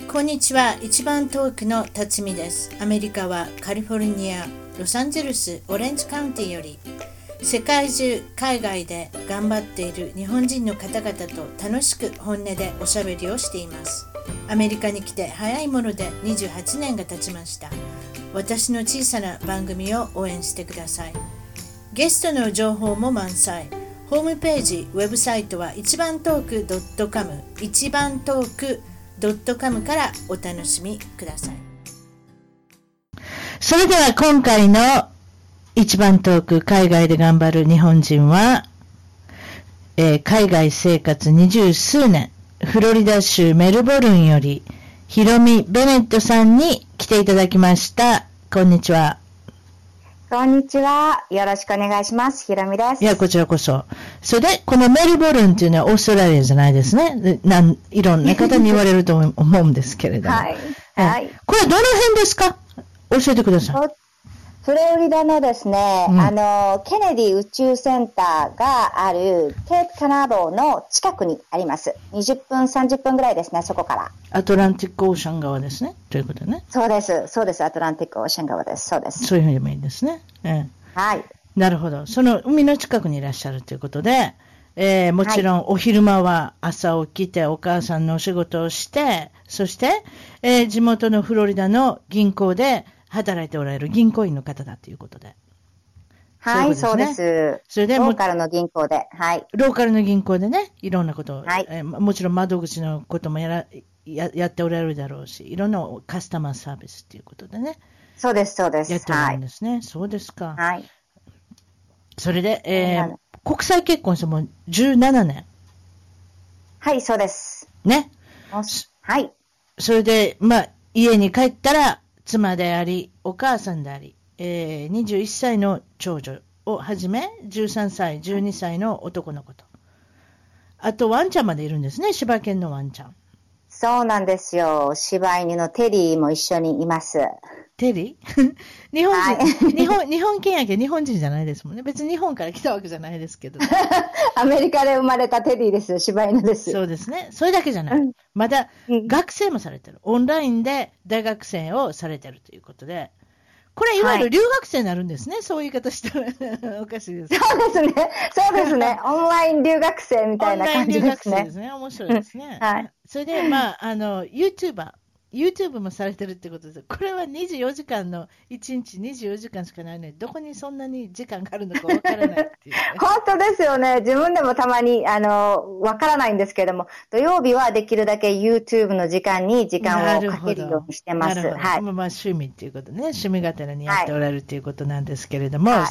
こんにちは。一番遠くの辰巳です。アメリカはカリフォルニア、ロサンゼルス、オレンジカウンティより世界中、海外で頑張っている日本人の方々と楽しく本音でおしゃべりをしています。アメリカに来て早いもので28年が経ちました。私の小さな番組を応援してください。ゲストの情報も満載。ホームページ、ウェブサイトは一番トーク .com 一番トーク.com からお楽しみください。それでは今回の一番トーク、海外で頑張る日本人は、海外生活20数年、フロリダ州メルボルンよりヒロミ・ベネットさんに来ていただきました。こんにちは。 こんにちは。よろしくお願いします。ひろみです。 いや、こちらこそ。それで、このメルボルンっていうのはオーストラリアじゃないですね。いろんな方に言われると思うんですけれども。 はい。はい。 これどの辺ですか？教えてください。 フロリダのですね、ケネディ宇宙センターがあるケープカナボの近くにあります。20分、30分ぐらいですね、そこから。 アトランティックオーシャン川ですね。ということね。 そうです。そうです。アトランティックオーシャン川です。そうです。 そういうふうにでもいいですね。 はい。 なるほど。その海の近くにいらっしゃるということで、もちろんお昼間は朝起きてお母さんのお仕事をして、そして、地元のフロリダの銀行で働いておられる銀行員の方だということで。 はい、そうです。それでローカルの銀行で。はい。 ローカルの銀行でね、いろんなことを、はい、もちろん窓口のこともやっておられるだろうし、いろんなカスタマーサービスということでね。 そうです、そうです。 やっておられるんですね。はい、そうですか。 はい。 それで、国際結婚しても17年。 はい、そうです。 ね。 はい。 それで、家に帰ったら、妻であり、お母さんであり、21歳の長女をはじめ、13歳、12歳の男の子と。あと、ワンちゃんまでいるんですね、柴犬のワンちゃん。 そうなんですよ。柴犬のテリーも一緒にいます。 テリー日本人、はい、日本犬やけど日本人じゃないですもんね。別に日本から来たわけじゃないですけど。 アメリカで生まれたテリーです。柴犬です。 そうですね。それだけじゃない。まだ学生もされてる。オンラインで大学生をされてるということで。これいわゆる留学生になるんですね。はい、そういう言い方したらおかしいです。 そうですね。そうですね。オンライン留学生みたいな感じですね。オンライン留学生ですね。面白いですね。 はい。 それで、YouTube もされてるってことです。これは24時間の1日24時間しかないのに、どこにそんなに時間があるのかわからないっていう、ね。 本当ですよね。自分でもたまに、わからないんですけれども、土曜日はできるだけ YouTube の時間に時間をかけるようにしてます。はい。 趣味っていうことね。趣味がてらにやっておられるということなんですけれども、はい、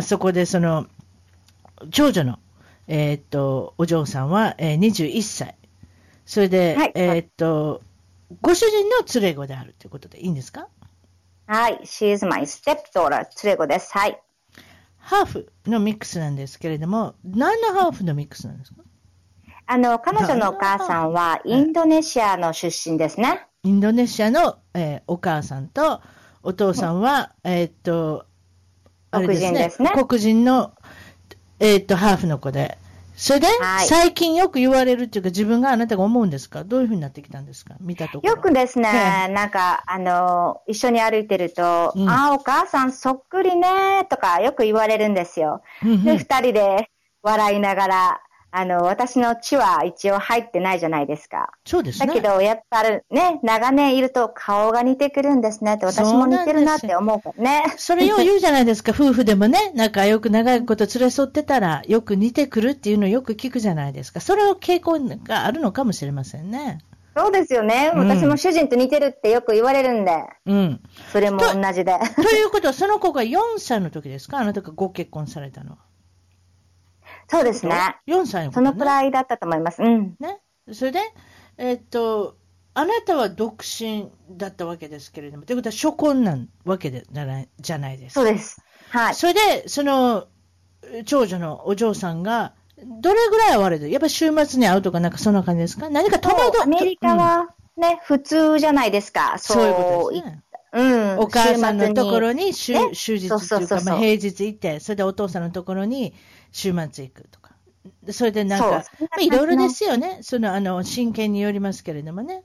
そこでその、長女の、お嬢さんは、21歳。それで、はい、ご主人の連れ子であるということでいいんですか？ はい。She is my stepdaughter. 連れ子です。はい。 ハーフのミックスなんですけれども、何のハーフのミックスなんですか？ 彼女のお母さんはインドネシアの出身ですね。 インドネシアの、お母さんとお父さんは、 黒人ですね。 黒人の、ハーフの子で。それで、はい、最近よく言われるっていうか、自分があなたが思うんですか？どういうふうになってきたんですか？見たところ。 よくですね、なんか、一緒に歩いてると、お母さんそっくりね、とかよく言われるんですよ。で、二人で笑いながら、私の血は一応入ってないじゃないですか。 そうですね。 だけど、やっぱりね、長年いると顔が似てくるんですねって、私も似てるなって思うからね。 それよう言うじゃないですか、夫婦でもね、仲良く長いこと連れ添ってたら、よく似てくるっていうのをよく聞くじゃないですか。それを傾向があるのかもしれませんね。 そうですよね。私も主人と似てるってよく言われるんで。 うん。 それも同じで。 ということは、その子が4歳の時ですか？あなたがご結婚されたのは。 そうですね。 4歳の子、 ね。そのくらいだったと思います。うん。 ね。それで、あなたは独身だったわけですけれども、ということは初婚なわけじゃないですか。 そうです。はい。 それで、その、長女のお嬢さんが、どれぐらい会われる？やっぱり週末に会うとかなんかそんな感じですか？何か戸惑アメリカはね、普通じゃないですか。 そういうことですね。お母さんのところに終日というか、平日行って、それでお父さんのところに週末行くとか。それでなんか、いろいろですよね。真剣によりますけれどもね。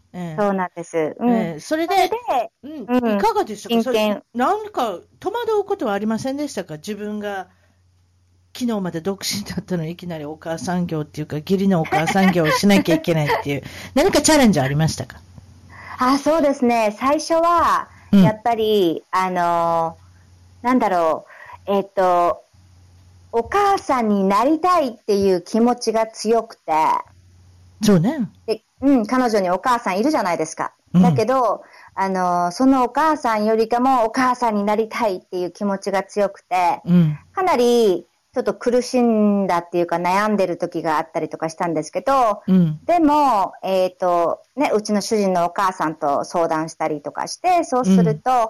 そうなんです。 それで、いかがでしたか？それなんか戸惑うことはありませんでしたか？自分が昨日まで独身だったのにいきなりお母さん業っていうか、義理のお母さん業をしなきゃいけないっていう、何かチャレンジありましたか？ そうですね。最初は、やっぱり、なんだろう、お母さんになりたいっていう気持ちが強くて、 そうね。 で彼女にお母さんいるじゃないですか。だけど、そのお母さんよりかもお母さんになりたいっていう気持ちが強くて、かなりちょっと苦しんだっていうか悩んでる時があったりとかしたんですけど、でも、うちの主人のお母さんと相談したりとかして、そうすると、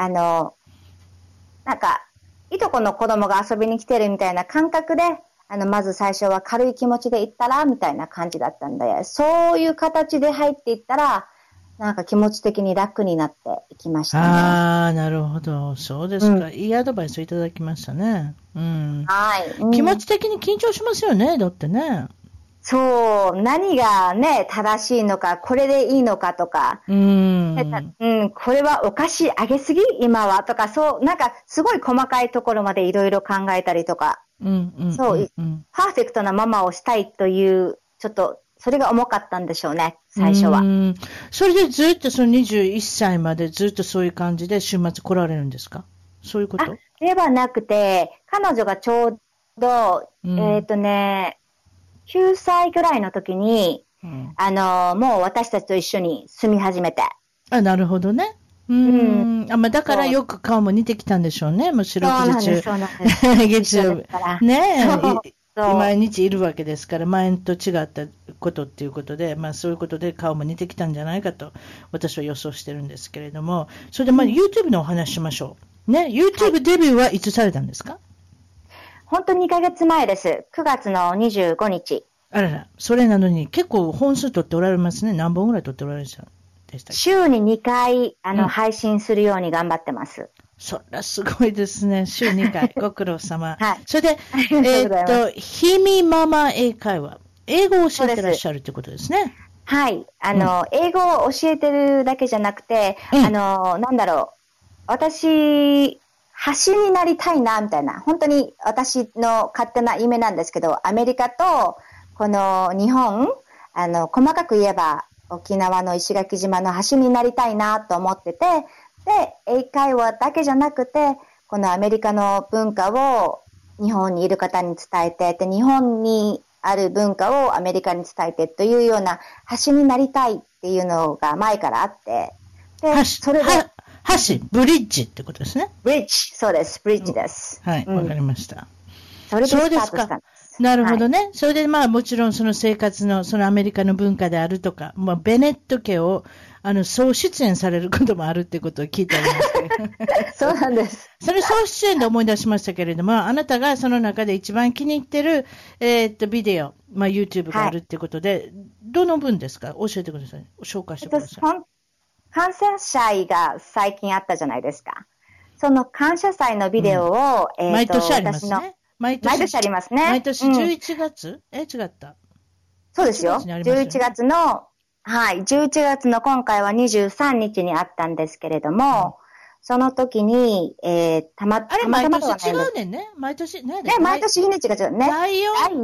なんか、いとこの子供が遊びに来てるみたいな感覚で、まず最初は軽い気持ちで行ったら、みたいな感じだったんで、そういう形で入っていったら、なんか気持ち的に楽になっていきましたね。 なるほど。そうですか。いいアドバイスをいただきましたね。 はい。 気持ち的に緊張しますよね、だってね。 そう、何がね、正しいのか、これでいいのかとか、これはお菓子あげすぎ今はとか、そう、なんかすごい細かいところまでいろいろ考えたりとか、そう、パーフェクトなママをしたいという、ちょっと、それが重かったんでしょうね、最初は。 それでずっとその21歳までずっとそういう感じで週末来られるんですか？そういうこと？ ではなくて、彼女がちょうど、9歳ぐらいの時に、もう私たちと一緒に住み始めて。 なるほどね。だからよく顔も似てきたんでしょうね。もう四六時中。 そうなんです。 月曜日。ねえ。毎日いるわけですから、前と違ったことっていうことで、そういうことで顔も似てきたんじゃないかと、私は予想してるんですけれども、それでYouTube のお話しましょう。ね、YouTube デビューはいつされたんですか？ 本当2ヶ月前です。9月の25日。 あらら、それなのに結構本数取っておられますね。何本ぐらい取っておられるんでしたっけ？ 週に2回、配信するように頑張ってます。 そらすごいですね。週2回。ご苦労様。 はい。 それで、ひみママ英会話。英語を教えてらっしゃるってことですね。 はい。英語を教えてるだけじゃなくて、なんだろう。私、橋になりたいな、みたいな。本当に私の勝手な夢なんですけど、アメリカと、この日本、細かく言えば、沖縄の石垣島の橋になりたいなと思ってて、で、英会話だけじゃなくて、このアメリカの文化を日本にいる方に伝えて、で、日本にある文化をアメリカに伝えてというような橋になりたいっていうのが前からあって、 で、それで、橋、ブリッジってことですね。 ブリッジ、そうです、ブリッジです。 はい、わかりました。 それでスタートしたんです。 なるほどね。それでもちろんその生活の、そのアメリカの文化であるとか、ベネット家を、総出演されることもあるってことを聞いておりますけど。 そうなんです。 それ総出演で思い出しましたけれども、あなたがその中で一番気に入ってる、ビデオ、YouTube があるってことで、どの分ですか？教えてください。紹介してください。 感謝祭が最近あったじゃないですか。その感謝祭のビデオを、 毎年ありますね。 毎年ありますね。 毎年11月、違った。 そうですよ。11月の、はい、11月の今回は23日にあったんですけれども、その時に、たまたま毎年違うねんね。毎年、ね、 毎年日にちが違うね。 第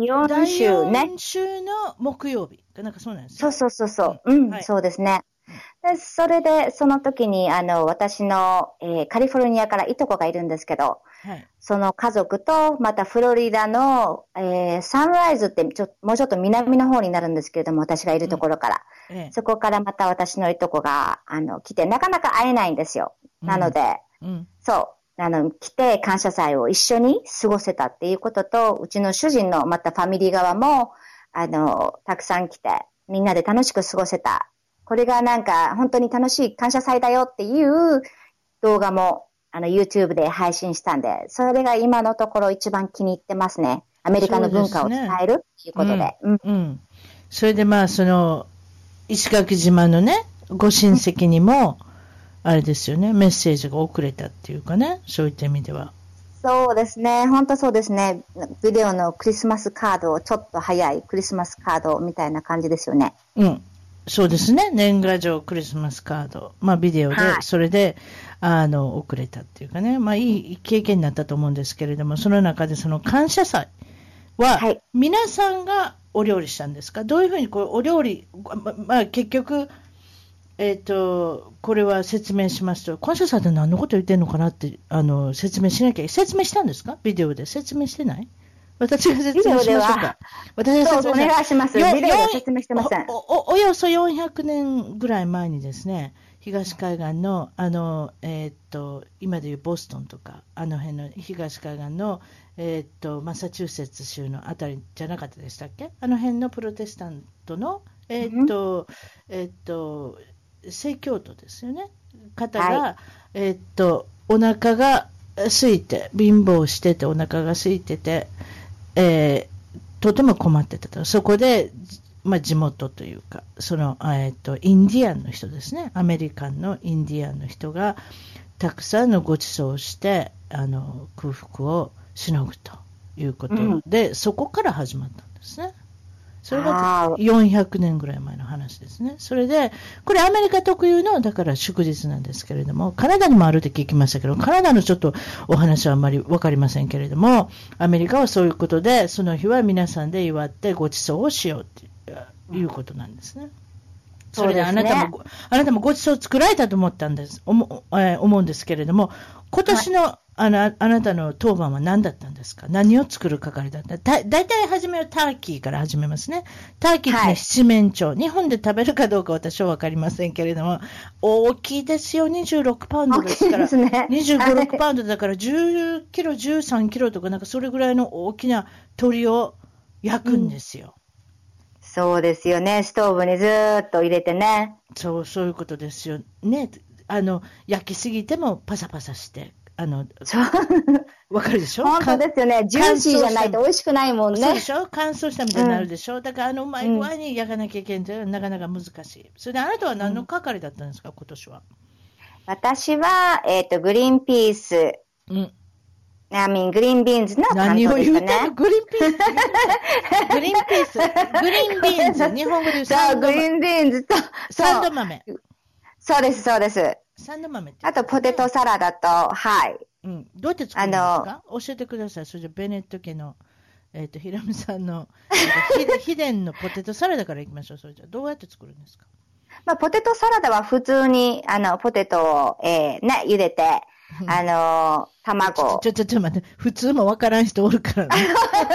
4 週ね。 週の木曜日。なんかそうなんですよ。 そう。そうですね。で、それで、その時に、私の、カリフォルニアからいとこがいるんですけど、その家族と、またフロリダの、サンライズってもうちょっと南の方になるんですけれども、私がいるところから。そこからまた私のいとこが、来て、なかなか会えないんですよ。なので、そう、来て感謝祭を一緒に過ごせたっていうことと、うちの主人のまたファミリー側も、たくさん来て、みんなで楽しく過ごせた。これがなんか本当に楽しい感謝祭だよっていう動画もYouTube で配信したんで、それが今のところ一番気に入ってますね。アメリカの文化を伝えるっていうことで。 それでその石垣島のね、ご親戚にも、あれですよね、メッセージが遅れたっていうかね、そういった意味では。 そうですね、本当そうですね。ビデオのクリスマスカードをちょっと早いクリスマスカードみたいな感じですよね。 そうですね。年賀状、クリスマスカード、ビデオで、それで、送れたっていうかね、いい経験になったと思うんですけれども、その中でその感謝祭は、皆さんがお料理したんですか？どういうふうにお料理、結局、これは説明しますと、感謝祭って何のこと言ってるのかなって、説明しなきゃ。説明したんですか？ビデオで説明してない？私が説明しましょうか。私が説明します。 お願いします。ビデオで説明してません。 およそ400年ぐらい前にですね、東海岸の、今でいうボストンとか、あの辺の東海岸の、マサチューセッツ州のあたりじゃなかったでしたっけ？あの辺のプロテスタントの、正教徒ですよね。方が、お腹が空いて、貧乏してて、お腹が空いてて、とても困ってたと。そこで、地元というか、その、インディアンの人ですね。アメリカンのインディアンの人が、たくさんのご馳走をして、空腹をしのぐということで、そこから始まったんですね。それが400年ぐらい前の話ですね。それで、これアメリカ特有の、だから祝日なんですけれども、カナダにもあるって聞きましたけど、カナダのちょっとお話はあんまりわかりませんけれども、アメリカはそういうことで、その日は皆さんで祝ってご馳走をしようっていうことなんですね。それであなたもご馳走作られたと思うんですけれども、今年のあなたの当番は何だったんですか？何を作る係だった？だいたい初めはターキーから始めますね。ターキーって、七面鳥。日本で食べるかどうか私は分かりませんけれども、大きいですよ。26パウンドですから。25、6パウンドだから10キロ、13キロとか、なんかそれぐらいの大きな鳥を焼くんですよ。 そうですよね。ストーブにずーっと入れてね。 そういうことですよね。焼きすぎてもパサパサして。わかるでしょ？ 本当ですよね。ジューシーじゃないと美味しくないもんね。 そうでしょ？乾燥したみたいになるでしょ？だからうまい具合に焼かなきゃいけないとなかなか難しい。それであなたは何の係だったんですか、今年は？ 私は、グリーンピース。グリーンビーンズの担当でしたね。何を言うたの？グリーンピース。 グリーンピース。グリーンビーンズ。日本語で言うそう、グリーンビーンズと、 サンド豆。 そうです、そうです。 サンド豆って。 あと、ポテトサラダと、はい。 どうやって作るんですか？教えてください。それじゃベネット家の、ひらむさんの、秘伝のポテトサラダからいきましょう。それじゃどうやって作るんですか？ ポテトサラダは普通に、ポテトを、茹でて、卵。 ちょっと待って、普通もわからん人おるからね。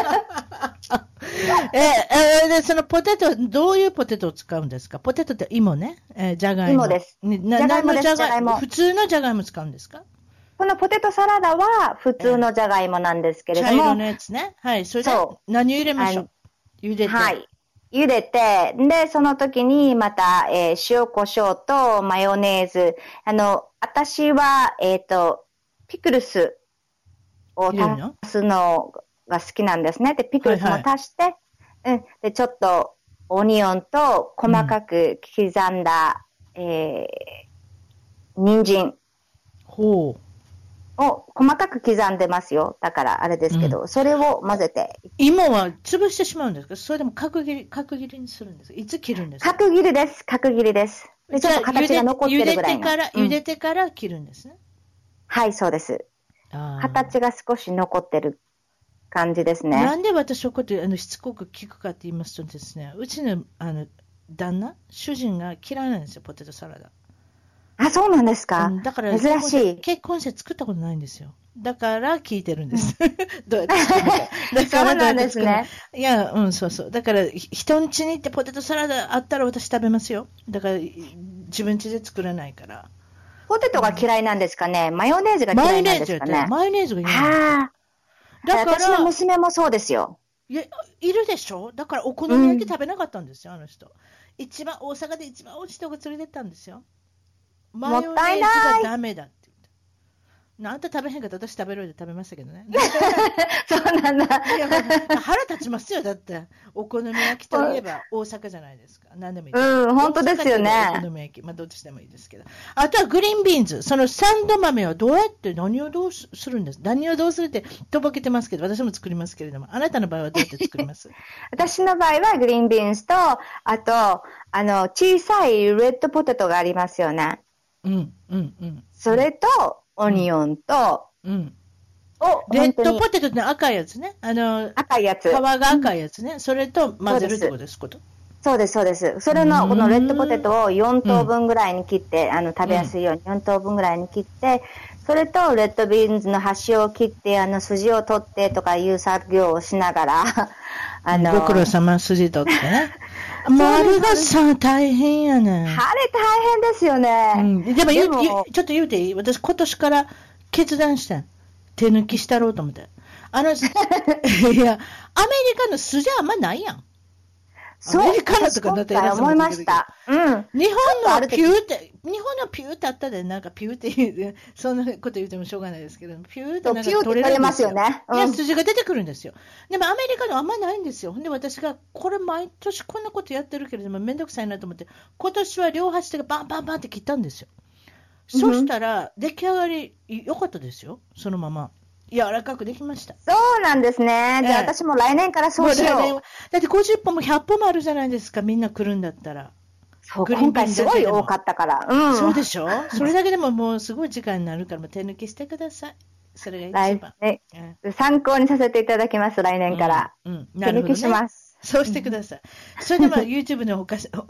で、そのポテト、どういうポテトを使うんですか？ポテトって芋ね。じゃがいも。 芋です。じゃがいもです。じゃがいも。 普通のじゃがいも使うんですか？ このポテトサラダは普通のじゃがいもなんですけれども。 茶色のやつね。はい。それで何を入れましょう？茹でて。 はい。茹でて、で、その時にまた、塩コショウとマヨネーズ。私は、ピクルスを足すのが好きなんですね。で、ピクルスも足して、で、ちょっとオニオンと細かく刻んだ、人参を細かく刻んでますよ。だからあれですけど、それを混ぜて。 芋は潰してしまうんですか？それでも角切りにするんですか？いつ切るんですか？ 角切りです。角切りです。で、ちょっと形が残ってるぐらいの。 茹でてから切るんですね。 はい、そうです。形が少し残ってる感じですね。 なんで私はこうやってしつこく聞くかって言いますとですね、うちの旦那、主人が嫌いなんですよ、ポテトサラダ。 あ、そうなんですか？ だから珍しい。 結婚して作ったことないんですよ。だから聞いてるんです。どうやって作るのか。だからそうなんですね。 いや、そうそう。だから人ん家に行ってポテトサラダあったら私食べますよ。だから自分家で作らないから。 ポテトが嫌いなんですかね？マヨネーズが嫌いなんですかね？ マヨネーズが嫌いなんです。 だから私の娘もそうですよ。 いるでしょ？だからお好み焼き食べなかったんですよ、あの人。大阪で一番美味しいとこ連れてったんですよ。マヨネーズがダメだって言って。 あんた食べへんかったら私食べるで食べましたけどね。 そうなんだ。 いや腹立ちますよ。だってお好み焼きといえば大阪じゃないですか。何でもいいです。 うん、本当ですよね。 お好み焼き、まあどっちでもいいですけど。あとはグリーンビーンズ。そのサンド豆はどうやって何をどうするんです？何をどうするってとぼけてますけど、私も作りますけれども、あなたの場合はどうやって作ります？ 私の場合はグリーンビーンズと、あと、小さいレッドポテトがありますよね。 うんうんうん。 それと、オニオンと、 うん。レッドポテトって赤いやつね。 赤いやつ。 皮が赤いやつね。それと混ぜるってことですこと。 そうです、そうです。それの、このレッドポテトを4等分ぐらいに切って、食べやすいように4等分ぐらいに切って、それとレッドビーンズの端を切って、筋を取ってとかいう作業をしながら、 ご苦労様、筋取ってね。もうあれがさ、大変やね。 あれ大変ですよね。 でもちょっと言うていい？私今年から決断した。手抜きしたろうと思って。いや、アメリカの筋あんまないやん。 そう、 アメリカのとか今回思いました。 日本のピューってあったで、なんかピューって言う、そんなこと言うてもしょうがないですけど、ピューってなんか取れるんですよ。いや、筋が出てくるんですよ。でもアメリカのあんまないんですよ。で、私が、これ毎年こんなことやってるけれども、めんどくさいなと思って、今年は両端でバンバンバンって切ったんですよ。そしたら、出来上がり良かったですよ。そのまま。柔らかくできました。 そうなんですね。じゃあ私も来年からそうしよう。 だって50本も100本もあるじゃないですか。みんな来るんだったら。 そう、今回すごい多かったから。 そうでしょ？それだけでももうすごい時間になるから、手抜きしてください。それが一番。 参考にさせていただきます、来年から。手抜きします。 そうしてください。それでYouTube の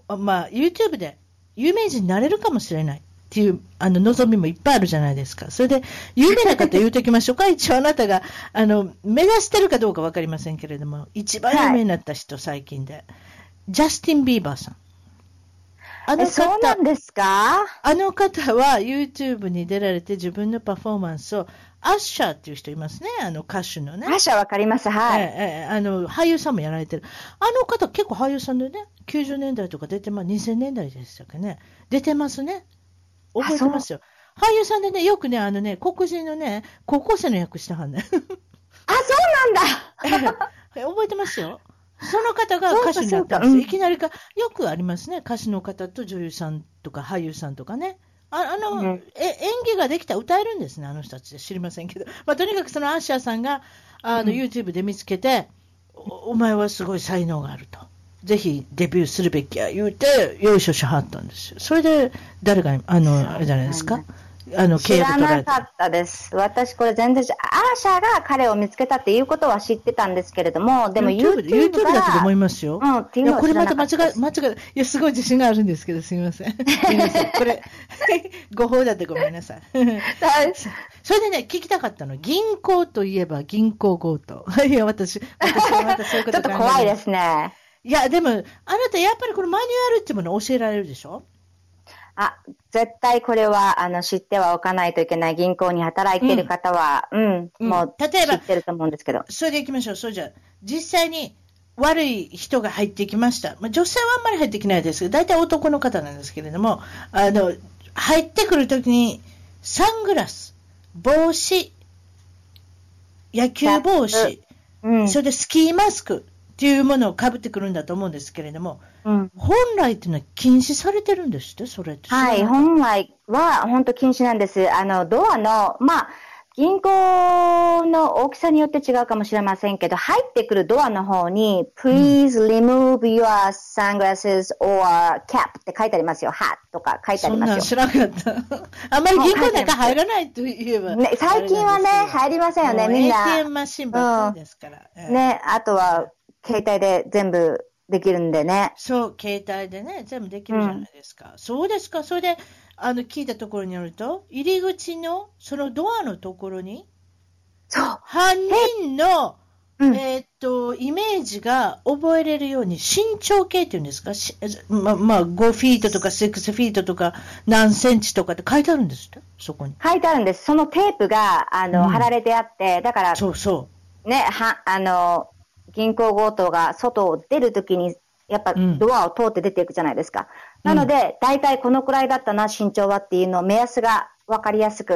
YouTube で有名人になれるかもしれない。っていう望みもいっぱいあるじゃないですか。それで有名な方言うときましょうか。一応あなたが目指してるかどうかわかりませんけれども、一番有名になった人、最近でジャスティン・ビーバーさん。 そうなんですか？ あの方は YouTube に出られて自分のパフォーマンスをアッシャーっていう人いますね。歌手のね。 アッシャーわかります。はい。 俳優さんもやられてる。あの方結構俳優さんでね、90年代とか出て2000年代でしたっけね。出てますね。覚えてますよ。俳優さんでね、よくね、黒人のね、高校生の役してはんねん。 そうなんだ覚えてますよ。その方が歌手になったんですよ。いきなりよくありますね。歌手の方と女優さんとか俳優さんとかね。演技ができたら歌えるんですね、あの人たちで知りませんけど。とにかくそのアッシャーさんが、YouTube で見つけて、お前はすごい才能があると。ぜひデビューするべきや言うて、よいしょしはったんですよ。それで、誰が、あれじゃないですか。 知らなかったです。私これ全然、アーシャーが彼を見つけたっていうことは知ってたんですけれども、でも YouTube だったと思いますよ。 っていうのはこれまた間違い、いや、すごい自信があるんですけど、すみません。これ、誤報だってごめんなさい。それでね、聞きたかったの。銀行といえば銀行強盗。いや、私はまたそういうことちょっと怖いですね。 いや、でも、あなたやっぱりこのマニュアルっていうものを教えられるでしょ？ 絶対これは、知ってはおかないといけない。銀行に働いている方は、もう、知ってると思うんですけど。 それで行きましょう。それじゃあ、実際に悪い人が入ってきました。女性はあんまり入ってきないですけど、大体男の方なんですけれども、入ってくるときに、サングラス、帽子、野球帽子、それでスキーマスク、っていうものを被ってくるんだと思うんですけれども、本来っていうのは禁止されてるんですって、それって。 はい、本来は本当禁止なんです。ドアの、銀行の大きさによって違うかもしれませんけど、入ってくるドアの方に、Please remove your sunglasses or cap って書いてありますよ。hat とか書いてありますよ。 そんなん知らなかった。あんまり銀行なんか入らないと言えば。 ね、最近はね、入りませんよね、みんな。 ATM マシンばっかりですから。 ね、あとは、携帯で全部できるんでね。 そう、携帯でね、全部できるじゃないですか。そうですか。それで、聞いたところによると、入り口の、そのドアのところに、犯人の、イメージが覚えれるように、身長計っていうんですか、5フィートとか6フィートとか何センチとかって書いてあるんですって、そこに。 書いてあるんです。そのテープが、貼られてあって、だから、ね、銀行強盗が外を出るときに、やっぱドアを通って出ていくじゃないですか。なので、大体このくらいだったな、身長はっていうのを目安が分かりやすく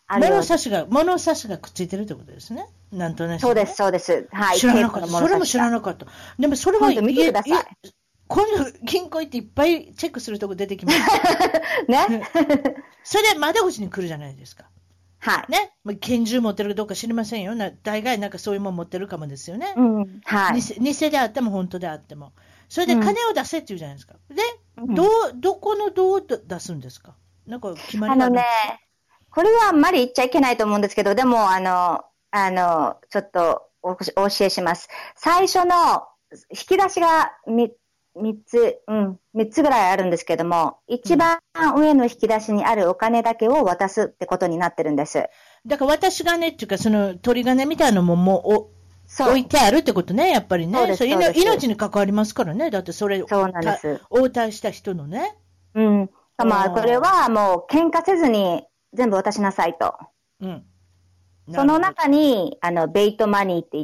物差しがくっついてるってことですね。なんとなく、ね。 そうです、そうです。はい。 知らなかった。それも知らなかった。でもそれは今度見てください。 今度銀行行っていっぱいチェックするとこ出てきます。 ね。 それで窓口に来るじゃないですか。 はい。 ね。拳銃持ってるかどうか知りませんよ。大概なんかそういうもん持ってるかもですよね。 うん。はい。 偽であっても本当であっても。それで金を出せって言うじゃないですか。で、 うん、 どこのどう出すんですか？なんか決まりがあるんですか？ これはあんまり言っちゃいけないと思うんですけど、でも、ちょっとお教えします。最初の引き出しが3つぐらいあるんですけども、一番上の引き出しにあるお金だけを渡すってことになってるんです。 だから渡し金っていうか、その取り金みたいなのも置いてあるってことね、やっぱりね。そう命に関わりますからね。だってそれ、 そうなんです。 応対した人のね。 うん。まあ、これはもう喧嘩せずに全部渡しなさいと。 うん。 その中に、ベイトマニーって言って、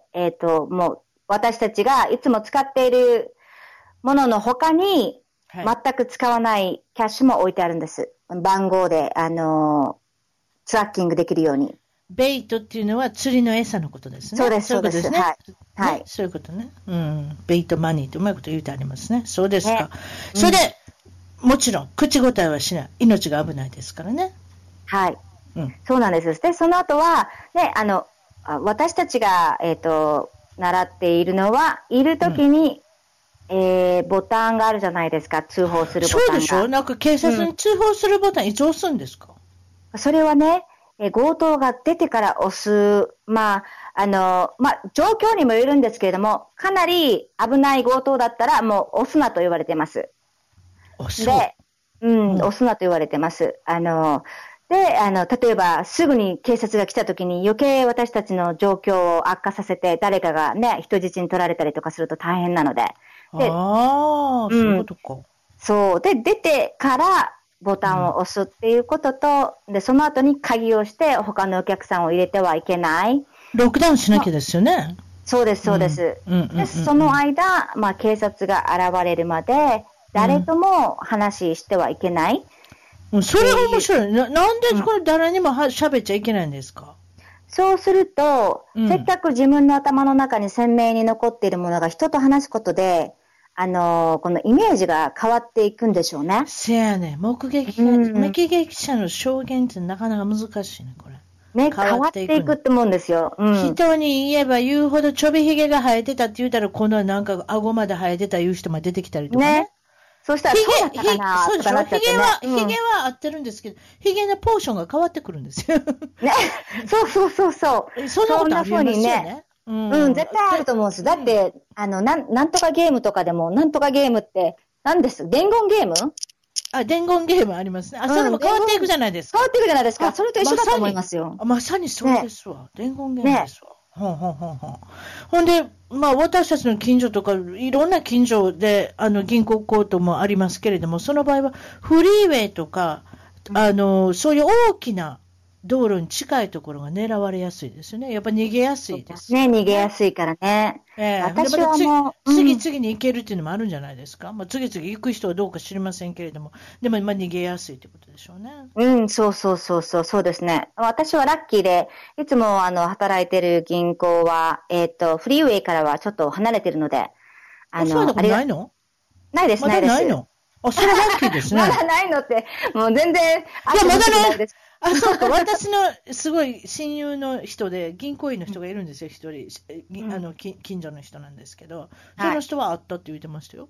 もう私たちがいつも使っているものの他に、全く使わないキャッシュも置いてあるんです。番号で、トラッキングできるように。 ベイトっていうのは釣りの餌のことですね。 そうです、そうです。はい。 はい。そういうことね。うん。ベイトマニーってうまいこと言うてありますね。そうですか。それで、もちろん、口答えはしない。命が危ないですからね。はい。 そうなんです。で、その後は、ね、私たちが、習っているのは、いるときに、ボタンがあるじゃないですか、通報するボタンが。 そうでしょ？なんか警察に通報するボタン、いつ押すんですか？ それはね、強盗が出てから押す、状況にもよるんですけれども、かなり危ない強盗だったら、もう押すなと言われてます。で、押すなと言われてます。で、例えば、すぐに警察が来た時に余計私たちの状況を悪化させて、誰かがね、人質に取られたりとかすると大変なので。 そういうことか。 そう。で、出てからボタンを押すっていうことと、で、その後に鍵をして他のお客さんを入れてはいけない。 ロックダウンしなきゃですよね。 そうです、そうです。で、その間、警察が現れるまで、誰とも話してはいけない。 それが面白い。なんでこれ誰にも喋っちゃいけないんですか？ そうすると、せっかく自分の頭の中に鮮明に残っているものが人と話すことで、このイメージが変わっていくんでしょうね。 せやね。目撃者の証言ってなかなか難しいね、これ。 ね、変わっていくって思うんですよ。 人に言えば言うほどちょびひげが生えてたって言うたら、今度はなんか顎まで生えてた言う人も出てきたりとかね。 そうしたらそうだったかなとかなっちゃってね。 ヒゲは合ってるんですけど、ヒゲのポーションが変わってくるんですよ。 ね。そう。 そんな風にね。 絶対あると思うんです。だって、なんとかゲームとかでも、なんとかゲームって、何です？伝言ゲーム？ 伝言ゲームありますね。それも変わっていくじゃないですか。 変わっていくじゃないですか。それと一緒だと思いますよ。 まさにそうですわ。伝言ゲームですわ。ほんで、私たちの近所とか、いろんな近所で、銀行強盗もありますけれども、その場合は、フリーウェイとか、そういう大きな道路に近いところが狙われやすいですよね。やっぱ逃げやすいです。 ね、逃げやすいからね。私はもう、次々に行けるっていうのもあるんじゃないですか。次々行く人はどうか知りませんけれども、でも逃げやすいってことでしょうね。 そうですね。私はラッキーで、いつも働いてる銀行は、フリーウェイからはちょっと離れてるので、 そういうとこないの？ ないです、ないです。 ないの？それラッキーですね。 まだないのって、もう全然、 まだないです。そうか、私のすごい親友の人で、銀行員の人がいるんですよ、一人。近所の人なんですけど、その人はあったって言ってましたよ。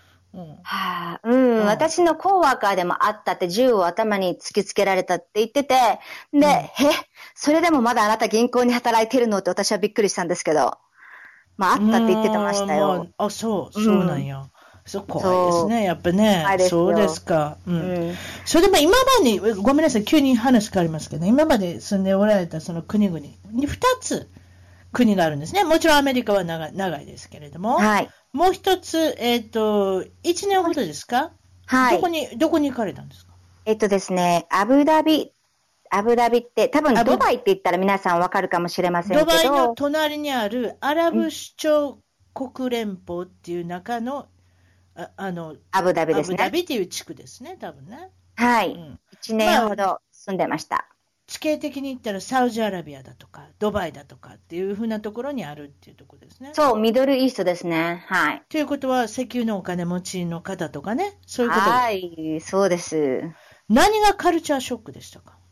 私のコーワーカーでもあったって銃を頭に突きつけられたって言ってて、で、それでもまだあなた銀行に働いてるのって私はびっくりしたんですけど、あったって言ってましたよ。 そうなんや。怖いですね、やっぱね。そうですか。それでも今まで、ごめんなさい、急に話変わりますけど、今まで住んでおられたその国々に2つ国があるんですね。もちろんアメリカは長いですけれども、もう一つ、1年ほどですか？どこに行かれたんですか？ ですね、アブダビって多分ドバイって言ったら皆さんわかるかもしれませんけど、 ドバイの隣にあるアラブ首長国連邦っていう中のアブダビですね。 アブダビっていう地区ですね、多分ね。 はい。1年ほど住んでました。 地形的に言ったらサウジアラビアだとか、ドバイだとかっていうふうなところにあるっていうところですね。 そう、ミドルイーストですね。はい。 ということは、石油のお金持ちの方とかね、そういうこと。 はい、そうです。 何がカルチャーショックでしたか？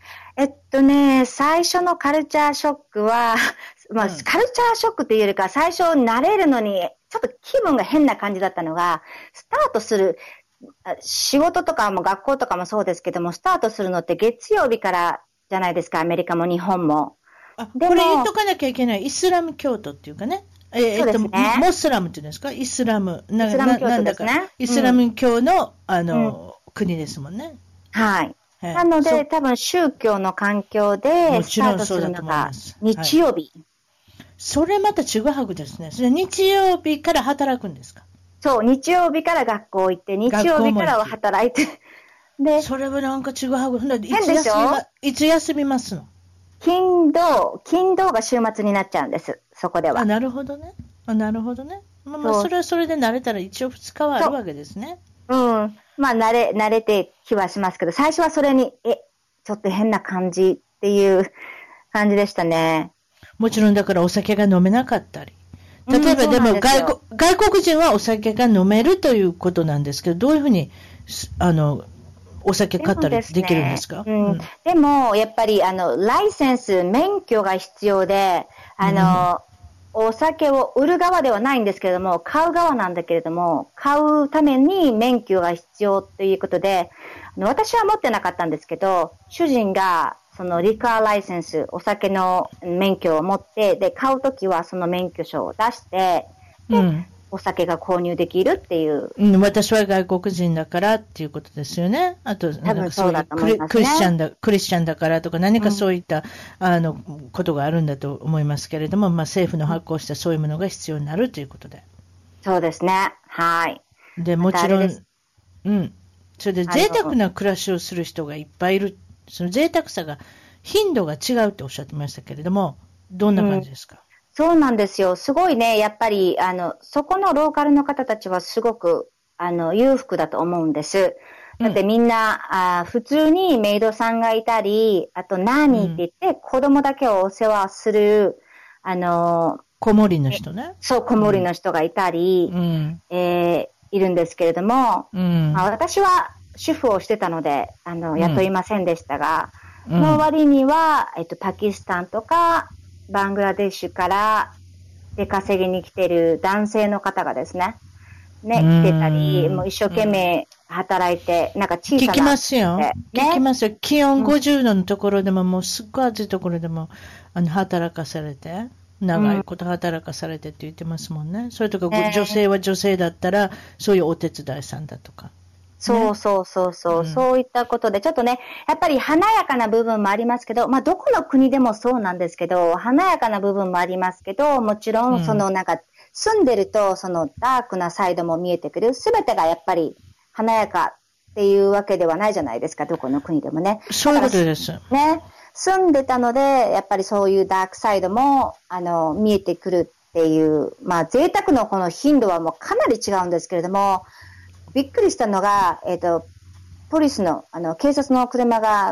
最初のカルチャーショックは、まあ、カルチャーショックというよりか、最初慣れるのに、ちょっと気分が変な感じだったのが、スタートする、仕事とかも学校とかもそうですけども、スタートするのって月曜日からじゃないですか、アメリカも日本も。 これ言っとかなきゃいけない。イスラム教徒っていうかね。 そうですね。 モスラムっていうんですか？イスラム。 イスラム教徒ですね。 イスラム教の、国ですもんね。 はい。なので、多分宗教の環境でスタートするのが日曜日。 それまたちぐはぐですね。それ日曜日から働くんですか？ そう、日曜日から学校行って、日曜日からは働いて。 で、それはなんかちぐはぐ。 変でしょ？ いつ休みますの？ 金土が週末になっちゃうんです。そこでは。 なるほどね。なるほどね。まあ、それはそれで慣れたら一応2日はあるわけですね。 うん。まあ、慣れて気はしますけど、最初はそれに、ちょっと変な感じっていう感じでしたね。 もちろんだからお酒が飲めなかったり。例えばでも外国人はお酒が飲めるということなんですけど、どういうふうに、お酒買ったりできるんですか？ でも、やっぱり、ライセンス、免許が必要で、お酒を売る側ではないんですけれども、買う側なんだけれども、買うために免許が必要ということで、私は持ってなかったんですけど、主人が、そのリカーライセンス、お酒の免許を持って、で、買うときはその免許証を出して、で、お酒が購入できるっていう。 私は外国人だからっていうことですよね。あと、 多分そうだと思いますね。 クリスチャンだからとか何かそういった、ことがあるんだと思いますけれども、まあ政府の発行したそういうものが必要になるということで。 そうですね。はい。 で、もちろん、それで贅沢な暮らしをする人がいっぱいいる。その贅沢さが、頻度が違うっておっしゃってましたけれども、どんな感じですか？ そうなんですよ。すごいね、やっぱり、そこのローカルの方たちはすごく、裕福だと思うんです。だってみんな、普通にメイドさんがいたり、あとナーニーって言って、子供だけをお世話する、 子守の人ね。 そう、子守の人がいたり、いるんですけれども、私は主婦をしてたので、雇いませんでしたが、の割には、パキスタンとか、バングラデシュから出稼ぎに来てる男性の方がですね、来てたり、もう一生懸命働いて、なんか小さな。 聞きますよ。聞きますよ。気温50度のところでも、もうすっごい暑いところでも、働かされて、長いこと働かされてって言ってますもんね。それとか、女性は女性だったら、そういうお手伝いさんだとか。 そう、そういったことで、ちょっとね、やっぱり華やかな部分もありますけど、まあ、どこの国でもそうなんですけど、華やかな部分もありますけど、もちろん、なんか、住んでると、そのダークなサイドも見えてくる。すべてがやっぱり華やかっていうわけではないじゃないですか、どこの国でもね。 そういうことです。 ね。住んでたので、やっぱりそういうダークサイドも、見えてくるっていう、まあ、贅沢のこの頻度はもうかなり違うんですけれども、びっくりしたのが、ポリスの、警察の車が、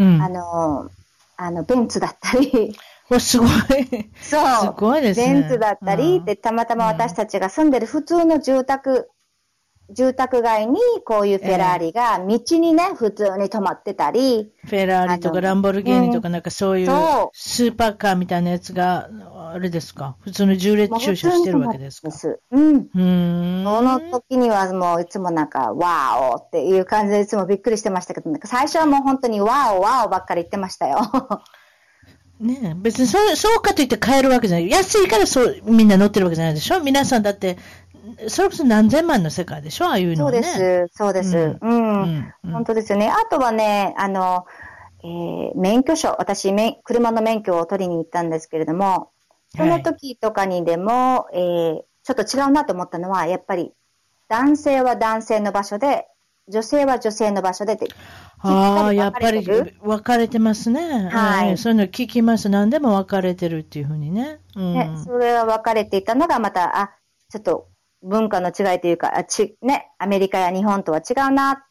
ベンツだったり。 すごい。 そう。 すごいですね。 ベンツだったり、で、たまたま私たちが住んでる普通の住宅街に、こういうフェラーリが道にね、普通に止まってたり。 フェラーリとかランボルギーニとかなんかそういうスーパーカーみたいなやつが、あれですか？普通の縦列駐車してるわけですか？ その時にはもういつもなんか、ワーオっていう感じでいつもびっくりしてましたけど、なんか最初はもう本当にワーオばっかり言ってましたよ。 ねえ、別にそうかといって買えるわけじゃない。安いからみんな乗ってるわけじゃないでしょ？皆さんだって、それこそ何千万の世界でしょ？ああいうのね。 そうです。本当ですよね。あとはね、免許証、私、車の免許を取りに行ったんですけれども、その時とかにでも、ちょっと違うなと思ったのは、やっぱり、男性は男性の場所で、女性は女性の場所でって、 やっぱり分かれてますね。はい。そういうの聞きます。何でも分かれてるっていうふうにね。 それは分かれていたのが、また、ちょっと文化の違いというか、アメリカや日本とは違うなって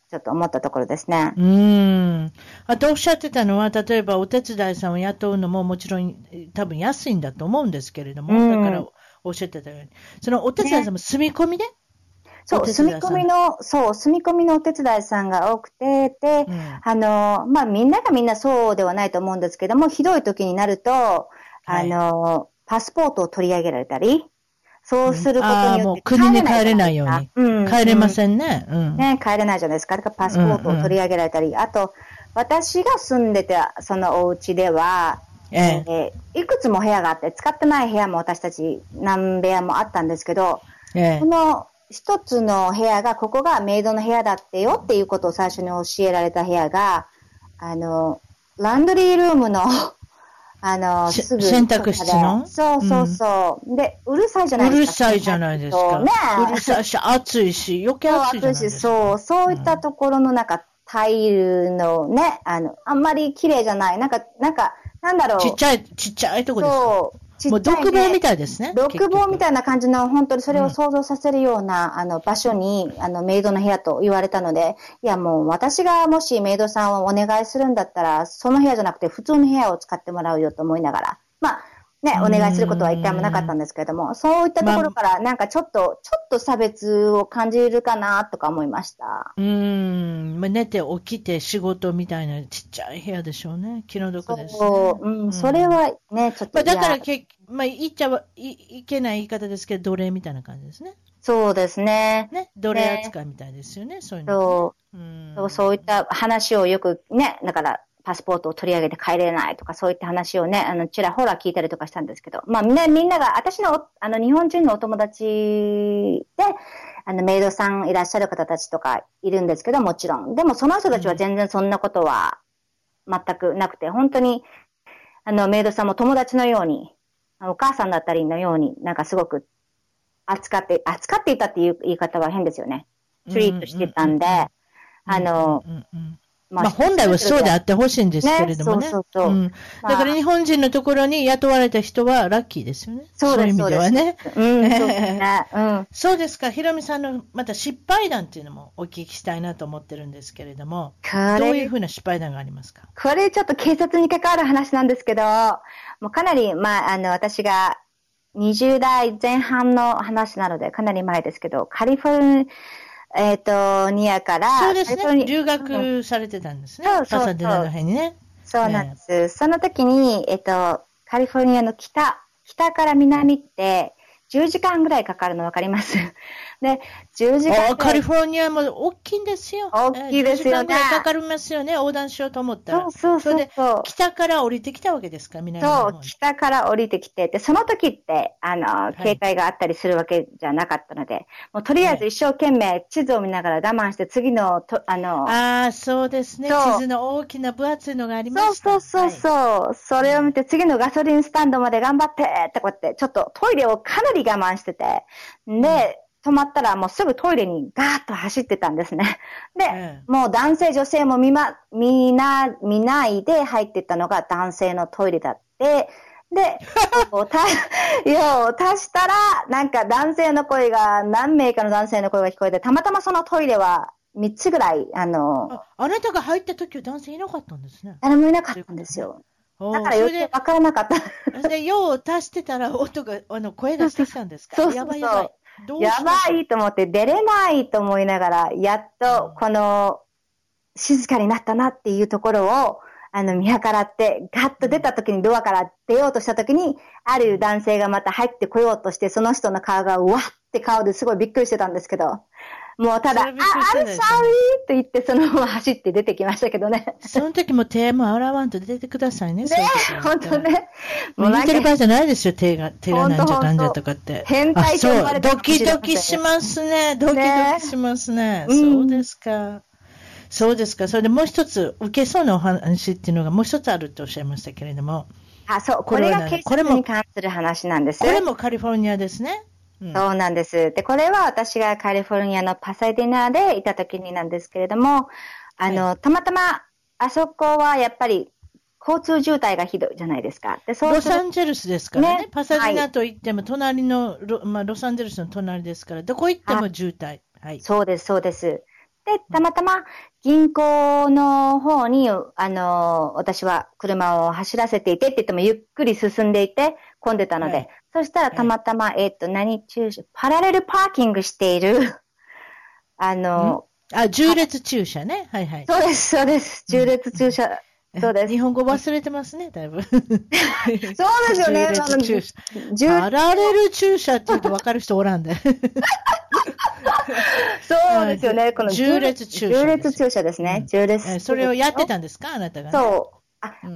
ちょっと思ったところですね。 あとおっしゃってたのは、例えばお手伝いさんを雇うのももちろん多分安いんだと思うんですけれども、だからおっしゃってたように、そのお手伝いさんも住み込みで、 そう、住み込みのお手伝いさんが多くて、で、みんながみんなそうではないと思うんですけども、ひどい時になると、パスポートを取り上げられたり、そうすることによって国に帰れないように。帰れませんね。 ね、帰れないじゃないですか。だからパスポートを取り上げられたり、あと、私が住んでたそのお家では、いくつも部屋があって、使ってない部屋も私たち何部屋もあったんですけど、この一つの部屋が、ここがメイドの部屋だってよっていうことを最初に教えられた部屋が、ランドリールームのすぐ洗濯室のそう。で、うるさいじゃないですか。 うるさいじゃないですか。ね、うるさいし、暑いし、余計暑いじゃないですか。 そういったところのタイルのね、あんまり綺麗じゃない。なんだろう。 ちっちゃいとこですか。そう。もう独房みたいですね。 独房みたいな感じの、本当にそれを想像させるような、場所に、メイドの部屋と言われたので、いやもう私がもしメイドさんをお願いするんだったら、その部屋じゃなくて普通の部屋を使ってもらうよと思いながら、お願いすることは一回もなかったんですけれども、そういったところからちょっと差別を感じるかなとか思いました。 寝て起きて仕事みたいなちっちゃい部屋でしょうね。気の毒ですね。 それはね、ちょっと。 だから言っちゃいけない言い方ですけど、奴隷みたいな感じですね。 そうですね。 奴隷扱いみたいですよね、そういうの、 そういった話をよくね、だから、パスポートを取り上げて帰れないとか、そういった話をね、ちらほら聞いたりとかしたんですけど、みんなが、私の、日本人のお友達で、メイドさんいらっしゃる方たちとかいるんですけど、もちろん。でも、その人たちは全然そんなことは全くなくて、本当に、メイドさんも友達のように、お母さんだったりのように、すごく扱っていたっていう言い方は変ですよね。トリートしてたんで、 本来はそうであってほしいんですけれどもね。だから日本人のところに雇われた人はラッキーですよね。そういう意味ではね。そうですか。ひろみさんのまた失敗談っていうのもお聞きしたいなと思ってるんですけれども、どういうふうな失敗談がありますか？ これちょっと警察に関わる話なんですけど、もうかなり、私が20代前半の話なのでかなり前ですけど、カリフォルニアから。 そうですね。留学されてたんですね。パサデナの辺にね。 そうなんです。その時に、カリフォルニアの北から南って、10時間ぐらいかかるの分かります？で、10時間。 カリフォルニアも大きいんですよ。 大きいですよね。10時間ぐらいかかりますよね。横断しようと思ったら。 そう。 それで、北から降りてきたわけですか、南の方に。 そう、北から降りてきて、で、その時って、警戒があったりするわけじゃなかったので、もうとりあえず一生懸命地図を見ながら我慢して、次の、 そうですね。地図の大きな分厚いのがありました。 そう。それを見て、次のガソリンスタンドまで頑張ってってこうやって、ちょっとトイレをかなり我慢してて、で、止まったらもうすぐトイレにガーッと走ってたんですね。で、もう男性女性も見ないで入ってったのが男性のトイレだって、で、用を足したら、男性の声が、何名かの男性の声が聞こえて、たまたまそのトイレは3つぐらい、 あなたが入った時は男性いなかったんですね。 誰もいなかったんですよ。だから余計分からなかった。 で、用を足してたら声がしてきたんですか？ そう。 やばい。 やばいと思って出れないと思いながら、やっとこの静かになったなっていうところを見計らって、ガッと出た時にドアから出ようとした時に、ある男性がまた入ってこようとして、その人の顔がうわって顔ですごいびっくりしてたんですけど、もうただ、I'm sorry と言ってそのまま走って出てきましたけどね。 その時も手も洗わんと出てくださいね。 ね、本当ね。 もう似てる場合じゃないですよ、手がなんじゃかんじゃとかって。 変態と言われてドキドキしますね。そうですか。そうですか。それでもう一つ、受けそうなお話っていうのがもう一つあるっておっしゃいましたけれども。 そう、これが警察に関する話なんです。 これもカリフォルニアですね。 そうなんです。で、これは私がカリフォルニアのパサディナでいた時になんですけれども、たまたま、あそこはやっぱり交通渋滞がひどいじゃないですか。で、 ロサンゼルスですからね。パサディナといっても隣の、ロサンゼルスの隣ですから、どこ行っても渋滞。 そうです。 で、たまたま銀行の方に、私は車を走らせていてって言ってもゆっくり進んでいて混んでたので、はい、そしたらたまたま、パラレルパーキングしている、 縦列駐車ね。はいはい。 そうです、そうです。縦列駐車。そうです。 日本語忘れてますね、だいぶ。そうですよね。 パラレル駐車って言うと分かる人おらんで。 そうですよね。この縦列駐車。 縦列駐車ですね。縦列。 それをやってたんですか、あなたが、ね。 そう。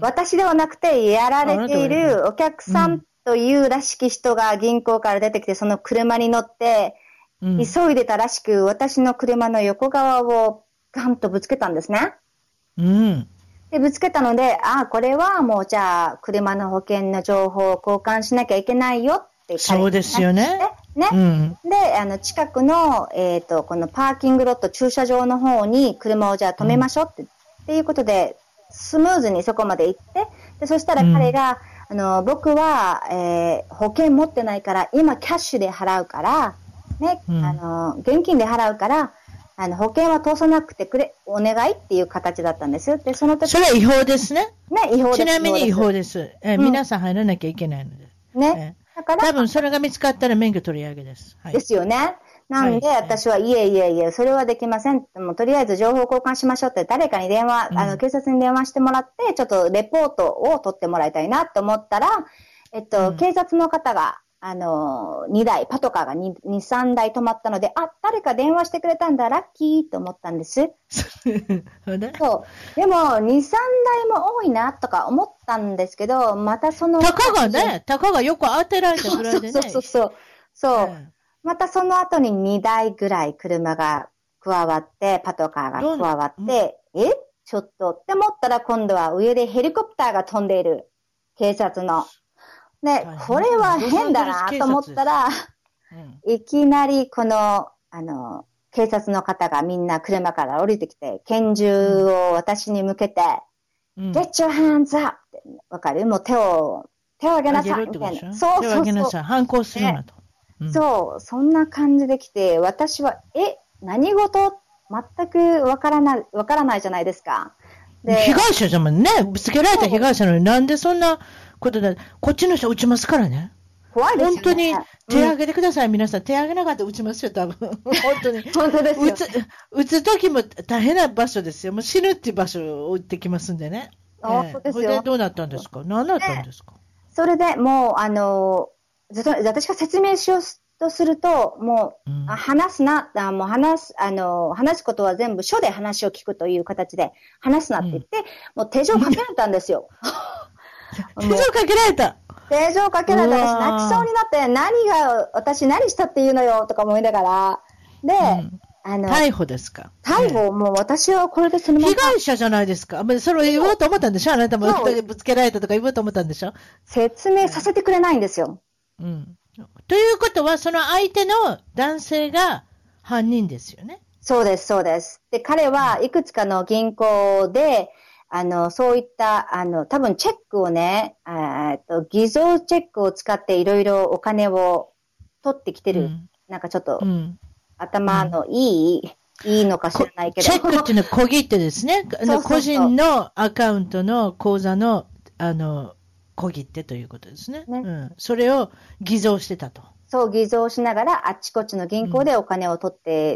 私ではなくて、やられているお客さんというらしき人が銀行から出てきて、その車に乗って、急いでたらしく、私の車の横側をガンとぶつけたんですね。 うん。 で、ぶつけたので、これはもうじゃあ、車の保険の情報を交換しなきゃいけないよって。 そうですよね。 ね。うん、で、近くの、このパーキングロット駐車場の方に車をじゃあ止めましょうっていうことで、スムーズにそこまで行って、で、そしたら彼が、僕は、保険持ってないから、今キャッシュで払うから、ね、現金で払うから、保険は通さなくてお願いっていう形だったんです。で、その時。 それは違法ですね。 ね、違法です。 ちなみに違法です。皆さん入らなきゃいけないので。 ね。 だから。多分それが見つかったら免許取り上げです。 はい、ですよね。なんで、私はいえ、それはできません。もうとりあえず情報交換しましょうって誰かに電話、警察に電話してもらって、ちょっとレポートを取ってもらいたいなって思ったら、警察の方が、2台、パトカーが2、3台止まったので、誰か電話してくれたんだ、ラッキーと思ったんです。そう。でも、2、3台も多いな、とか思ったんですけど、またその。 たかがよく当てられたぐらいでね。 そう。またその後に2台ぐらい車が加わって、パトカーが加わって、ちょっとって思ったら今度は上でヘリコプターが飛んでいる。警察の。で、これは変だなと思ったら、いきなりこの、警察の方がみんな車から降りてきて、拳銃を私に向けて、Get your hands up! ってわかる？もう手を挙げなさいみたいな。 手を挙げなさい。反抗するなと。 そう、そんな感じで来て、私は、何事？全くわからないじゃないですか。 で、被害者じゃもんね。ぶつけられた被害者なのになんでそんなことだ。こっちの人撃ちますからね。 怖いですよね。 本当に手挙げてください、皆さん。手挙げなかったら撃ちますよ、多分。本当に。 本当ですよ。 撃つ時も大変な場所ですよ。もう死ぬっていう場所を撃ってきますんでね。 そうですよ。 それでどうなったんですか？何だったんですか？ それでもう、私が説明しようとすると、もう、話すな、もう話すことは全部書で話を聞くという形で話すなって言って、もう手錠かけられたんですよ。 手錠かけられた。 手錠かけられたし、泣きそうになって、私何したって言うのよ、とか思いながら。で、 逮捕ですか？ 逮捕、もう私はこれでそのまま。 被害者じゃないですか。それを言おうと思ったんでしょ？あなたもぶつけられたとか言おうと思ったんでしょ？ 説明させてくれないんですよ。 ということは、その相手の男性が犯人ですよね。 そうです、そうです。で、彼はいくつかの銀行で、そういった、多分チェックをね、偽造チェックを使っていろいろお金を取ってきてる。なんかちょっと、頭のいいのか知らないけど。 チェックっていうのは小切手ですね。個人のアカウントの口座の、小切手ということですね。それを偽造してたと。 そう、偽造しながらあっちこっちの銀行でお金を取って、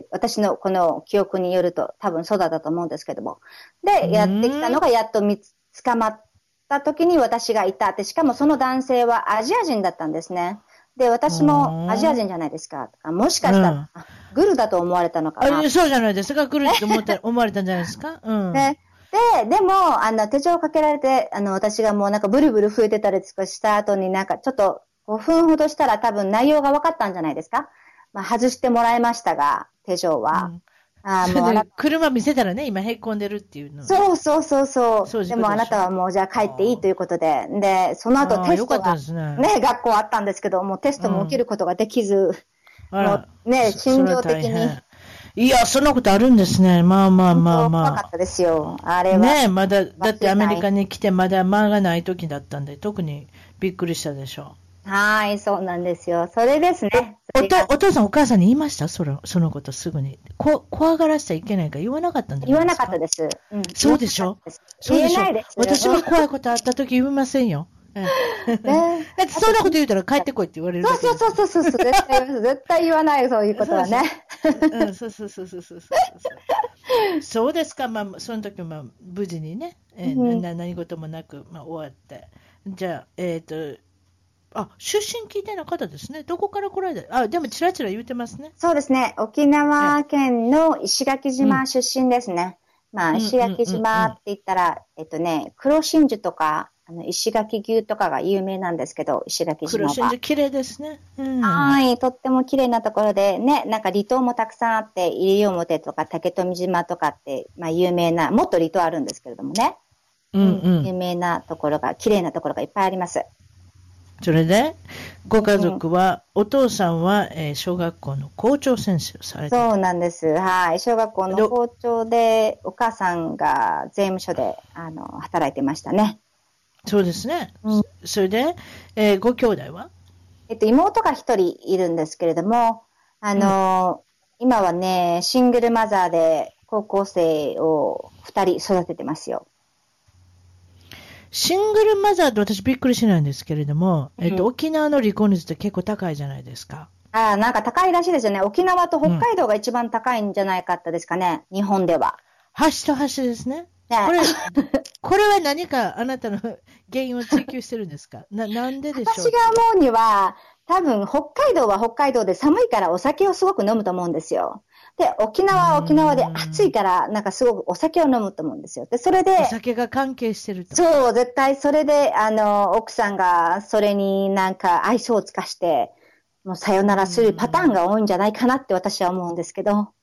私のこの記憶によると多分そうだったと思うんですけども。で、やってきたのがやっと捕まった時に私がいたって、しかもその男性はアジア人だったんですね。で、私もアジア人じゃないですか。もしかしたら、グルだと思われたのかな。 そうじゃないですか。グルって思われたんじゃないですか。 でも、手錠をかけられて、私がもうなんかブルブル吹いてたりとかした後になんかちょっと5分ほどしたら多分内容が分かったんじゃないですか。外してもらいましたが、手錠は。 もう車見せたらね、今へっこんでるっていうの。 そう。でもあなたはもうじゃあ帰っていいということで。で、その後テストがね、学校あったんですけど、もうテストも受けることができず、もうね、心情的に。 いや、そんなことあるんですね。まあ。 怖かったですよ。あれは。 ね、だってアメリカに来てまだ間がない時だったんで、特にびっくりしたでしょはい、そうなんですよ。それですね。 お父さんお母さんに言いました？そのことすぐに。怖がらせちゃいけないから言わなかったんじゃ言わないですか？ なかったです。うん。 そうでしょ？そうでしょ？ 言えないです。 私も怖いことあった時言いませんよ。だってそんなこと言うたら帰ってこいって言われるだけです。 そう。絶対言わない、そういうことはね。 そう。そうですか。まあ、その時は無事にね、何事もなく、終わって。じゃあ、出身聞いてなかったですね。どこから来られた？でもチラチラ言ってますね。 そうですね。沖縄県の石垣島出身ですね。石垣島って言ったら、黒真珠とか、石垣牛とかが有名なんですけど、石垣島は。 黒真珠綺麗ですね。 はい、とっても綺麗なところでね、なんか離島もたくさんあって、西表とか竹富島とかって、有名な、もっと離島あるんですけれどもね。有名なところが、綺麗なところがいっぱいあります。 それで、ご家族は、お父さんは、小学校の校長先生をされていた。 そうなんです。はい。小学校の校長で、お母さんが税務署で、働いてましたね。 そうですね。それで、ご兄弟は？ 妹が一人いるんですけれども、今はね、シングルマザーで高校生を二人育ててますよ。 シングルマザーって私びっくりしないんですけれども、沖縄の離婚率って結構高いじゃないですか。 なんか高いらしいですよね。沖縄と北海道が一番高いんじゃないかったですかね、日本では。 端と端ですね。これは何かあなたの原因を追求してるんですか？なんででしょう？ 私が思うには、多分北海道は北海道で寒いからお酒をすごく飲むと思うんですよ。で、沖縄は沖縄で暑いから、なんかすごくお酒を飲むと思うんですよ。で、それで。 お酒が関係してると。 そう、絶対それで、奥さんがそれになんか愛想をつかして、もうさよならするパターンが多いんじゃないかなって私は思うんですけど。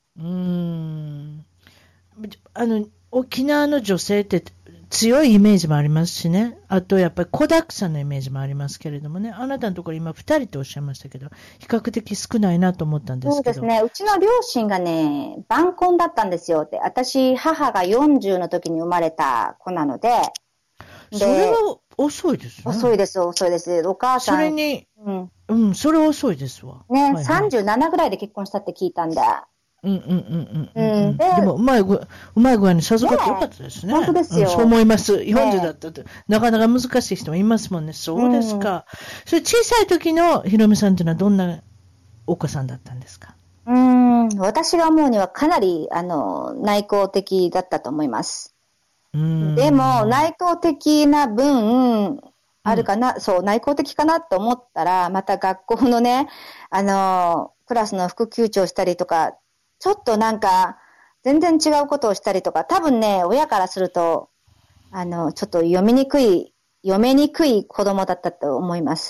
沖縄の女性って強いイメージもありますしね。あとやっぱり子だくさんのイメージもありますけれどもね。あなたのところ今2人とおっしゃいましたけど、比較的少ないなと思ったんですけど。 そうですね。うちの両親がね、晩婚だったんですよ。で、私、母が40の時に生まれた子なので。 それは遅いですね。 遅いです。お母さん。 それに、それは遅いですわ。 ね、37ぐらいで結婚したって聞いたんで。でも、うまい具合に授かってよかったですね。 本当ですよ。 そう思います。40だったと。なかなか難しい人もいますもんね。そうですか。それ小さい時のひろみさんというのはどんなお子さんだったんですか？ 私が思うにはかなり、内向的だったと思います。でも、内向的な分、あるかな、内向的かなと思ったら、また学校のね、クラスの副級長したりとか、ちょっとなんか、全然違うことをしたりとか、多分ね、親からすると、ちょっと読めにくい子供だったと思います。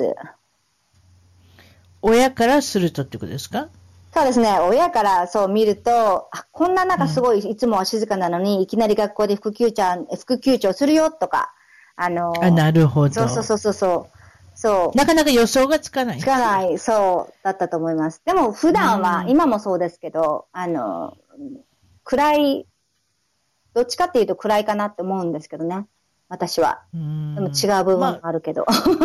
親からするとってことですか？ そうですね。親からそう見ると、こんななんかすごい、いつもは静かなのに、いきなり学校で副級長するよとか、 なるほど。 そう。 なかなか予想がつかない。 そうだったと思います。でも普段は、今もそうですけど、暗い、どっちかっていうと暗いかなって思うんですけどね。私は。でも違う部分もあるけど。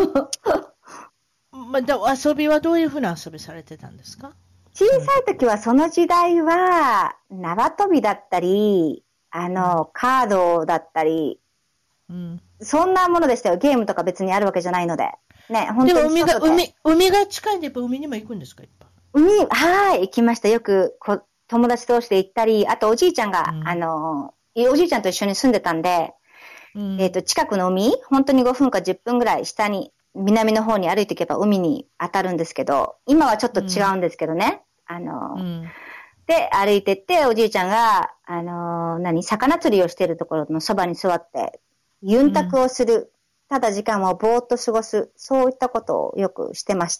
遊びはどういうふうな遊びされてたんですか？ 小さい時はその時代は、縄跳びだったり、カードだったり、そんなものでしたよ。ゲームとか別にあるわけじゃないので。ね、本当に海が近いんで、やっぱ海にも行くんですか？ 行きました。よく友達同士で行ったり、あとおじいちゃんが、おじいちゃんと一緒に住んでたんで、近くの海、本当に5分か10分ぐらい下に、南の方に歩いていけば海に当たるんですけど、今はちょっと違うんですけどね。で、歩いてって、おじいちゃんが、魚釣りをしているところのそばに座って、ユンタクをする。ただ時間をぼーっと過ごす。そういったことをよくしてました。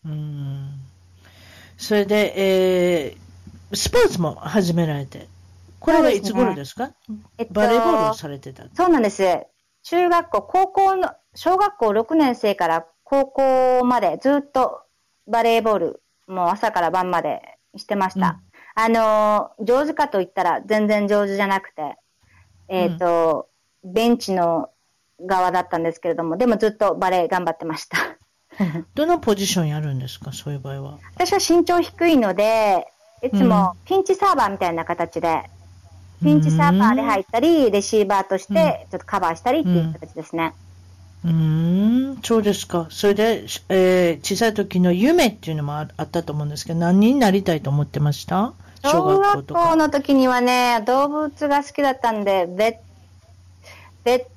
それで、スポーツも始められて。これはいつ頃ですか？バレーボールをされてた。 そうなんです。小学校6年生から高校までずっとバレーボール、もう朝から晩までしてました。上手かと言ったら全然上手じゃなくて、ベンチの側だったんですけれども、でもずっとバレー頑張ってました。 どのポジションやるんですか、そういう場合は。 私は身長低いので、いつもピンチサーバーみたいな形で、ピンチサーバーで入ったり、レシーバーとしてちょっとカバーしたりっていう形ですね。 そうですか。それで、小さい時の夢っていうのもあったと思うんですけど、何になりたいと思ってました？ 小学校の時にはね、動物が好きだったんで、ベテ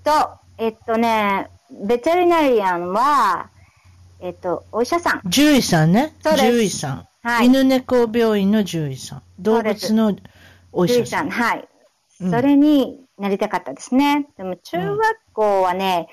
リナリアンは、お医者さん。 獣医さんね。 そうです。 獣医さん。 はい。 犬猫病院の獣医さん。動物のお医者さん。 はい。それになりたかったですね。でも中学校はね、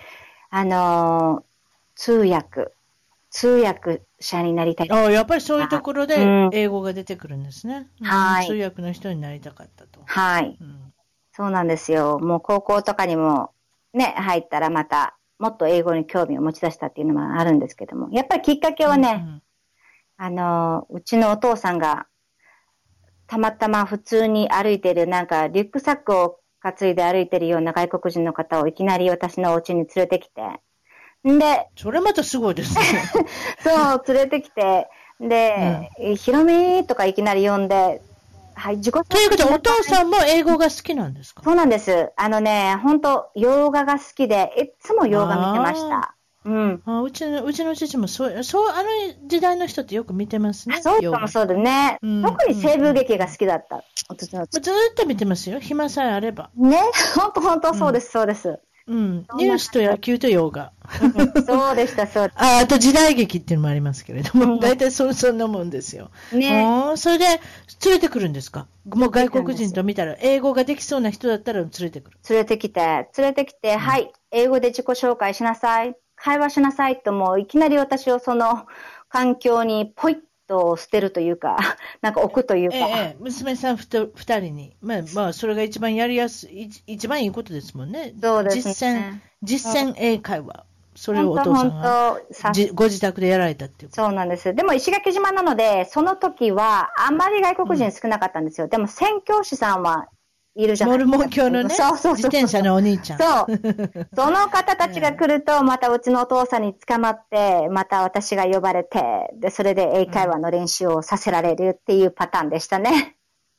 通訳者になりたい。 やっぱりそういうところで英語が出てくるんですね。はい。通訳の人になりたかったと。 はい。そうなんですよ。もう高校とかにもね、入ったらまた、もっと英語に興味を持ち出したっていうのもあるんですけども、やっぱりきっかけはね、うちのお父さんが、たまたま普通に歩いてる、なんかリュックサックを担いで歩いてるような外国人の方をいきなり私のお家に連れてきて、で、 それまたすごいですね。 そう、連れてきて、で、ひろみとかいきなり呼んで、はい、自己紹介。 ということで、お父さんも英語が好きなんですか？ そうなんです。本当洋画が好きで、いつも洋画見てました。 うちの父もあの時代の人ってよく見てますね。 そうかもそうだね。特に西部劇が好きだった。 ずっと見てますよ。暇さえあれば。 ね、本当そうです、そうです。 ニュースと野球と洋画。 そうでした、そうです。 あと時代劇っていうのもありますけれども、大体そんなもんですよ。ね。それで、連れてくるんですか？もう外国人と見たら、英語ができそうな人だったら連れてくる。 連れてきて、はい、英語で自己紹介しなさい。会話しなさいと、もういきなり私をその環境にポイッと捨てるというか、なんか置くというか。 娘さん二人に。まあ、それが一番やりやすい、一番いいことですもんね。 そうですね。 実践英会話。それをお父さんがご自宅でやられたっていう。 そうなんです。でも石垣島なので、その時はあんまり外国人少なかったんですよ。でも宣教師さんはいるじゃないですか。 モルモン教のね、自転車のお兄ちゃん。 そう。その方たちが来ると、またうちのお父さんに捕まって、また私が呼ばれて、で、それで英会話の練習をさせられるっていうパターンでしたね。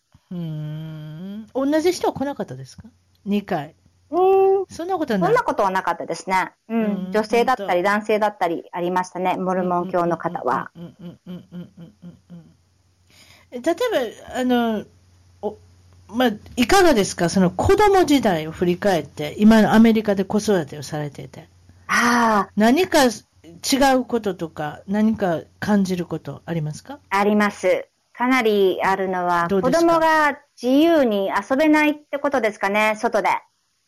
同じ人は来なかったですか？2回。そんなことはない。 そんなことはなかったですね。女性だったり男性だったりありましたね、モルモン教の方は。 例えば、いかがですか？その子供時代を振り返って、今のアメリカで子育てをされていて。何か違うこととか、何か感じることありますか？ あります。かなりあるのは、子供が自由に遊べないってことですかね、外で。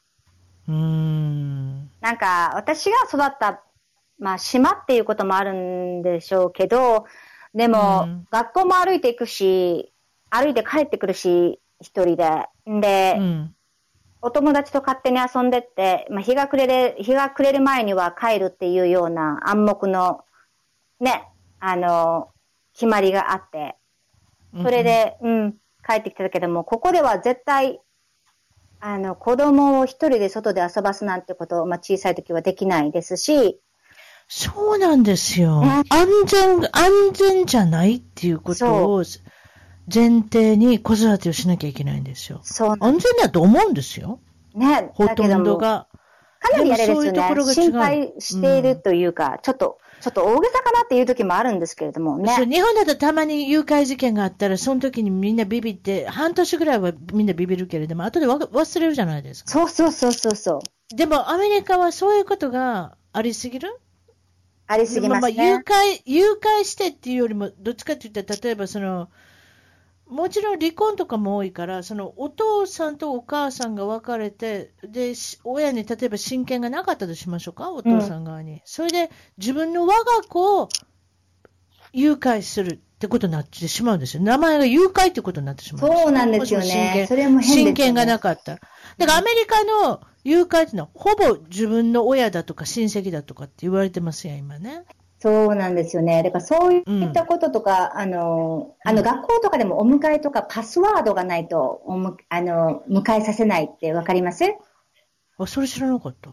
なんか、私が育った、島っていうこともあるんでしょうけど、でも、学校も歩いていくし、歩いて帰ってくるし、一人で。で、お友達と勝手に遊んでって、日が暮れる前には帰るっていうような暗黙の、ね、決まりがあって、それで、帰ってきてたけども、ここでは絶対、子供を一人で外で遊ばすなんてことを、小さい時はできないですし。 そうなんですよ。安全じゃないっていうことを前提に子育てをしなきゃいけないんですよ。安全だと思うんですよ。 ね。 ほとんどが。 かなりあれですよね。心配しているというか、ちょっと大げさかなっていう時もあるんですけれどもね。 日本だとたまに誘拐事件があったら、その時にみんなビビって、半年ぐらいはみんなビビるけれども、後で忘れるじゃないですか。 そう。 でもアメリカはそういうことがありすぎる？ ありすぎますね。 誘拐してっていうよりも、どっちかって言ったら、例えばもちろん離婚とかも多いから、お父さんとお母さんが別れて、で、親に例えば親権がなかったとしましょうか、お父さん側に。それで自分の我が子を誘拐するってことになってしまうんですよ。名前が誘拐ってことになってしまうんですよ。 そうなんですよね。それも変ですよね。 親権がなかった。だからアメリカの誘拐っていうのは、ほぼ自分の親だとか親戚だとかって言われてますよ、今ね。 そうなんですよね。だからそういったこととか、学校とかでもお迎えとかパスワードがないと、迎えさせないってわかります？ それ知らなかった。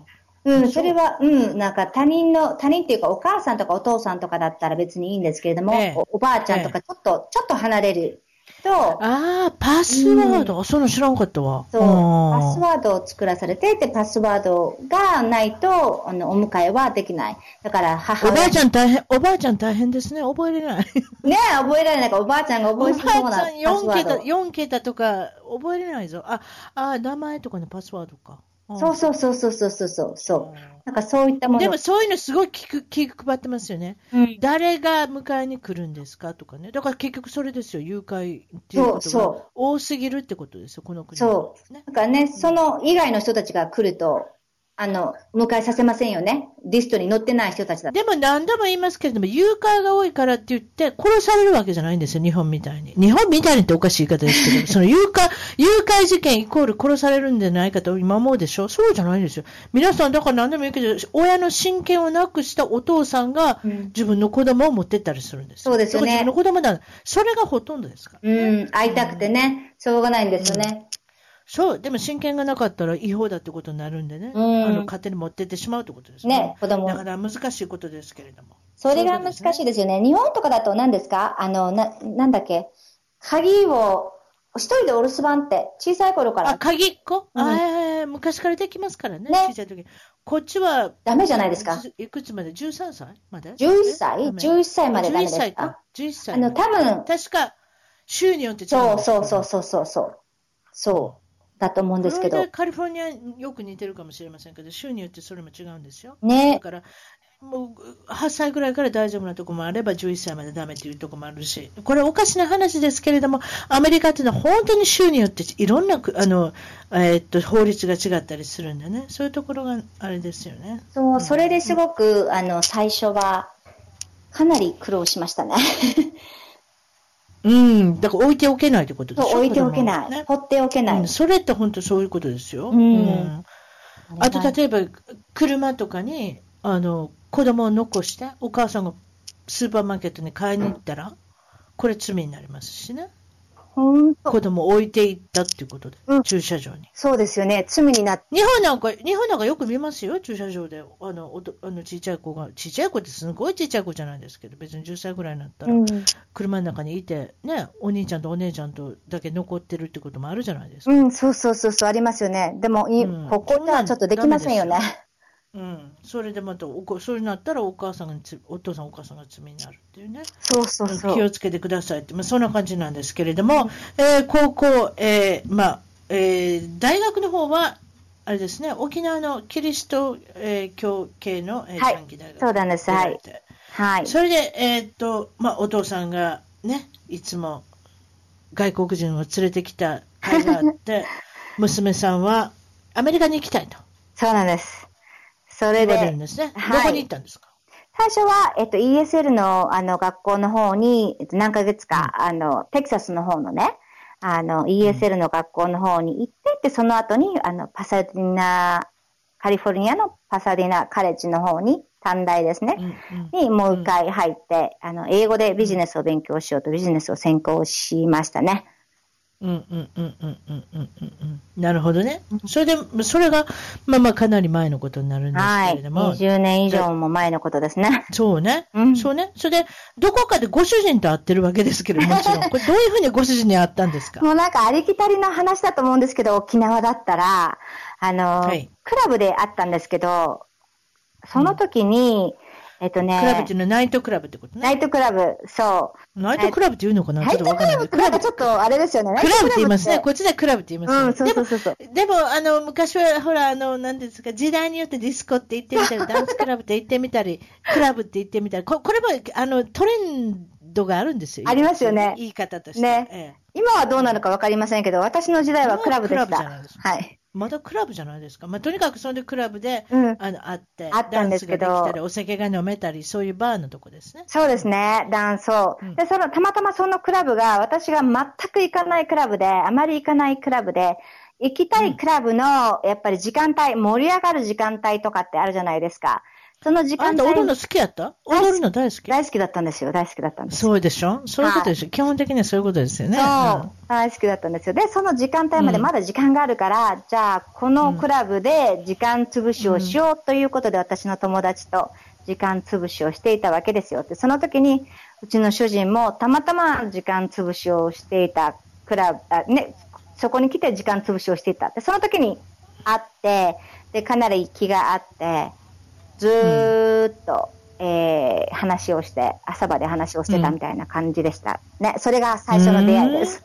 それは、なんか他人っていうかお母さんとかお父さんとかだったら別にいいんですけれども、おばあちゃんとかちょっと離れると、 パスワード、その知らんかったわ。 そう、パスワードを作らされて、で、パスワードがないと、お迎えはできない。だから母親。 おばあちゃん大変ですね。覚えれない。 ねえ、覚えられないから、おばあちゃんが覚えそうなパスワード。 4桁とか覚えれないぞ。名前とかのパスワードか。 そう。なんかそういったもの。 でもそういうのすごい気配ってますよね。誰が迎えに来るんですかとかね。だから結局それですよ。誘拐っていうことが多すぎるってことですよ、この国は。 そう。だからね、その以外の人たちが来ると、迎えさせませんよね。リストに載ってない人たちだ。 でも何度も言いますけれども、誘拐が多いからって言って殺されるわけじゃないんですよ、日本みたいに。日本みたいにっておかしい言い方ですけど、その誘拐事件イコール殺されるんじゃないかと今思うでしょ。そうじゃないんですよ。皆さんだから何でも言うけど、親の親権をなくしたお父さんが自分の子供を持ってったりするんですよ。 そうですよね。 自分の子供だ。それがほとんどですから、ね。 会いたくてね、しょうがないんですよね。 そう、でも親権がなかったら違法だってことになるんでね、勝手に持ってってしまうってことですね。 子供。 だから難しいことですけれども。 それが難しいですよね。日本とかだと何ですかなんだっけ、鍵を一人でお留守番って小さい頃から。 鍵っ子、昔からできますからね。小さい時。こっちは。 ダメじゃないですか。 いくつまで ?13 歳まで ?11 歳 ?11 歳までダメですか ?11 歳。多分。 確か、州によって違う。 そう。だと思うんですけど。 カリフォルニアよく似てるかもしれませんけど、州によってそれも違うんですよ。 ね。 だから、もう8歳ぐらいから大丈夫なところもあれば、11歳までダメっていうところもあるし、これおかしな話ですけれども、アメリカっていうのは本当に州によっていろんな法律が違ったりするんでね、そういうところがあれですよね。 そう、それですごく、最初はかなり苦労しましたね。 だから置いておけないってことですよ。 そう、置いておけない。ね、放っておけない。 それって本当そういうことですよ。あと、例えば、車とかに、子供を残して、お母さんがスーパーマーケットに買いに行ったら、これ罪になりますしね。子供を置いていったっていうことで、駐車場に。 そうですよね。罪になって。 日本なんかよく見ますよ、駐車場で。ちっちゃい子ってすごいちっちゃい子じゃないですけど、別に10歳ぐらいになったら、車の中にいて、ね、お兄ちゃんとお姉ちゃんとだけ残ってるってこともあるじゃないですか。 そう、ありますよね。でも、ここではちょっとできませんよね。 それでまた、それになったらお父さんお母さんが罪になるっていうね。 そう。 気をつけてくださいって、そんな感じなんですけれども、高校、大学の方は、あれですね、沖縄のキリスト、教系の短期大学。 そうなんです。はい。 それで、お父さんがね、いつも外国人を連れてきた会があって、娘さんはアメリカに行きたいと。 そうなんです。それで。 言われるんですね。どこに行ったんですか？ 最初は、ESL の、学校の方に、何ヶ月か、テキサスの方のね、ESL の学校の方に行って、その後に、カリフォルニアのパサディナカレッジの方に、短大ですね、にもう一回入って、英語でビジネスを勉強しようと、ビジネスを専攻しましたね。 なるほどね。それが、かなり前のことになるんですけれども。 はい。20年以上も前のことですね。 そうね。そうね。それで、どこかでご主人と会ってるわけですけど、もちろん。これどういうふうにご主人に会ったんですか？ もうなんかありきたりの話だと思うんですけど、沖縄だったら、クラブで会ったんですけど、その時に、 クラブっていうのはナイトクラブってことね。 ナイトクラブ、そう。 ナイトクラブって言うのかな？ ナイトクラブってなんかちょっとあれですよね。 クラブって言いますね。こっちでクラブって言いますね。 そう。 でも、昔は、ほら、なんですか、時代によってディスコって言ってみたり、ダンスクラブって言ってみたり、クラブって言ってみたり、これも、トレンドがあるんですよ。 ありますよね。 言い方として。 ね。今はどうなのかわかりませんけど、私の時代はクラブでした。 クラブじゃないですか。はい。まだクラブじゃないですか。とにかくそれでクラブで、会って、 あったんですけど、 ダンスができたり、お酒が飲めたり、そういうバーのとこですね。 そうですね、で、たまたまそのクラブが、私が全く行かないクラブで、あまり行かないクラブで、行きたいクラブの、やっぱり時間帯、盛り上がる時間帯とかってあるじゃないですか。 その時間帯。 あんた踊るの好きやった？踊るの大好き？ 大好きだったんですよ。大好きだったんです。 そうでしょ？そういうことでしょ、基本的にはそういうことですよね。 そう、大好きだったんですよ。で、その時間帯までまだ時間があるから、じゃあ、このクラブで時間潰しをしようということで、私の友達と時間潰しをしていたわけですよ。で、その時に、うちの主人もたまたま時間潰しをしていたクラブ、そこに来て時間潰しをしていた。で、その時に会って、で、かなり気があって、ずーっと、話をして、朝まで話をしてたみたいな感じでした。ね、それが最初の出会いです。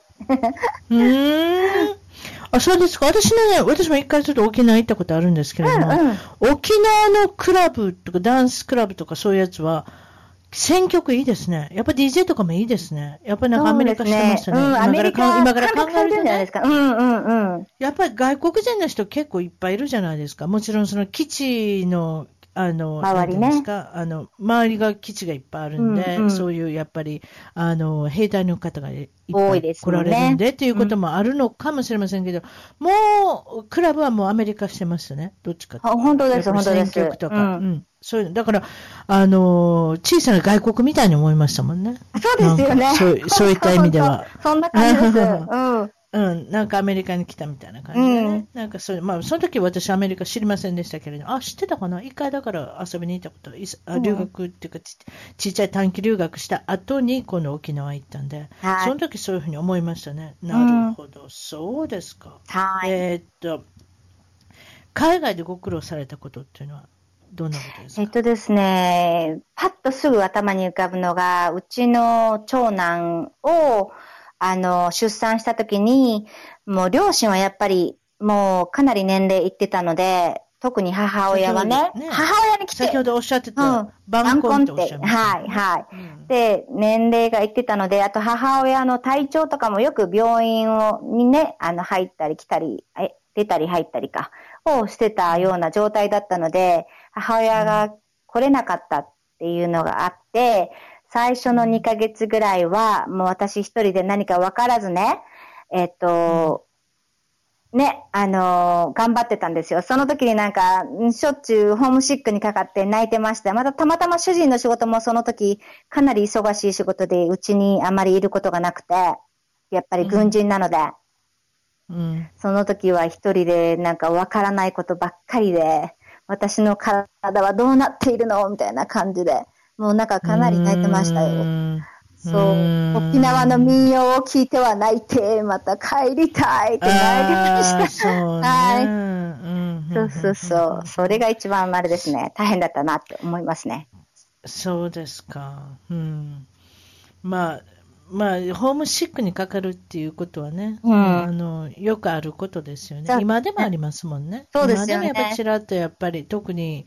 あ、そうですか。私も一回ちょっと沖縄行ったことあるんですけれども、沖縄のクラブとかダンスクラブとかそういうやつは、選曲いいですね。やっぱ DJ とかもいいですね。やっぱりなんかアメリカしてましたね。今から考えるとね。やっぱり外国人の人結構いっぱいいるじゃないですか。もちろんその基地の周りね。 周りが基地がいっぱいあるんで、そういうやっぱり、兵隊の方がいっぱい来られるんで、っていうこともあるのかもしれませんけど、もう、クラブはもうアメリカしてますよね。どっちかって。 本当です、本当です。 選曲とか。そういうの。だから、小さな外国みたいに思いましたもんね。 そうですよね。 そういった意味では。 そんな感じです。 なんかアメリカに来たみたいな感じでね。なんかその時私アメリカ知りませんでしたけれど、知ってたかな？一回だから遊びに行ったこと、留学っていうか、ちっちゃい短期留学した後にこの沖縄行ったんで、その時そういうふうに思いましたね。なるほど。そうですか。海外でご苦労されたことっていうのはどんなことですか？ ですね、パッとすぐ頭に浮かぶのが、うちの長男を、出産したときに、もう両親はやっぱり、もうかなり年齢いってたので、特に母親はね、母親に来て。 先ほどおっしゃってた、晩婚っておっしゃいました。 はい。で、年齢がいってたので、あと母親の体調とかもよく病院にね、入ったり来たり、出たり入ったりか、をしてたような状態だったので、母親が来れなかったっていうのがあって、最初の2ヶ月ぐらいは、もう私一人で何か分からずね、頑張ってたんですよ。その時になんか、しょっちゅうホームシックにかかって泣いてました。またまたま主人の仕事もその時、かなり忙しい仕事で、うちにあまりいることがなくて、やっぱり軍人なので、その時は一人でなんか分からないことばっかりで、私の体はどうなっているのみたいな感じで、もうなんかかなり泣いてましたよ。そう、沖縄の民謡を聞いては泣いて、また帰りたいって泣いてました。そう。それが一番あれですね。大変だったなって思いますね。 そうですか。まあ、ホームシックにかかるっていうことはね、よくあることですよね。今でもありますもんね。 そうですよね。 今でもやっぱりちらっとやっぱり特に、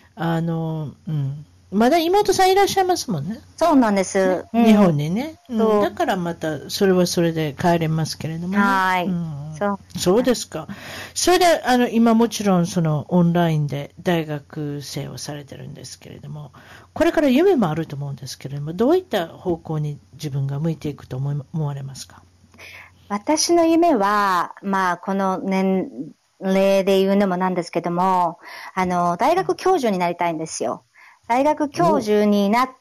まだ妹さんいらっしゃいますもんね。 そうなんです。 日本にね。だからまた、それはそれで帰れますけれどもね。そうですか。それで、今もちろん、オンラインで大学生をされてるんですけれども、これから夢もあると思うんですけれども、どういった方向に自分が向いていくと思われますか？ 私の夢は、この年齢で言うのもなんですけども、大学教授になりたいんですよ。大学教授になって、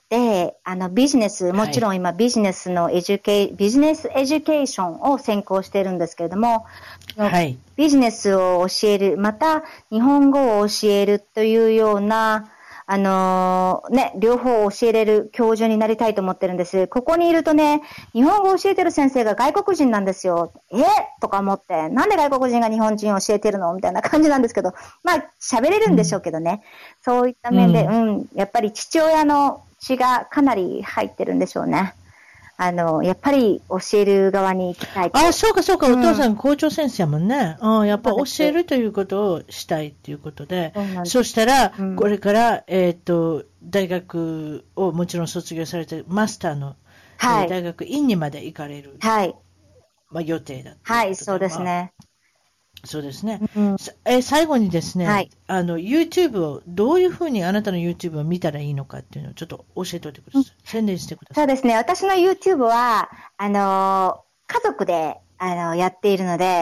ビジネス、もちろん今ビジネスエデュケーションを専攻しているんですけれども、ビジネスを教える、また日本語を教えるというような、両方教えれる教授になりたいと思ってるんです。ここにいるとね、日本語を教えてる先生が外国人なんですよ。とか思って、なんで外国人が日本人を教えてるのみたいな感じなんですけど、喋れるんでしょうけどね。そういった面で、やっぱり父親の血がかなり入ってるんでしょうね。やっぱり教える側に行きたい。 そうか、お父さん校長先生やもんね。やっぱ教えるということをしたいということで、そしたら、これから、大学をもちろん卒業されて、マスターの、大学院にまで行かれる、予定だった。 そうですね。 そうですね。最後にですね、YouTube を、どういうふうにあなたの YouTube を見たらいいのかっていうのをちょっと教えておいてください。宣伝してください。 そうですね。私の YouTube は、家族で、やっているので、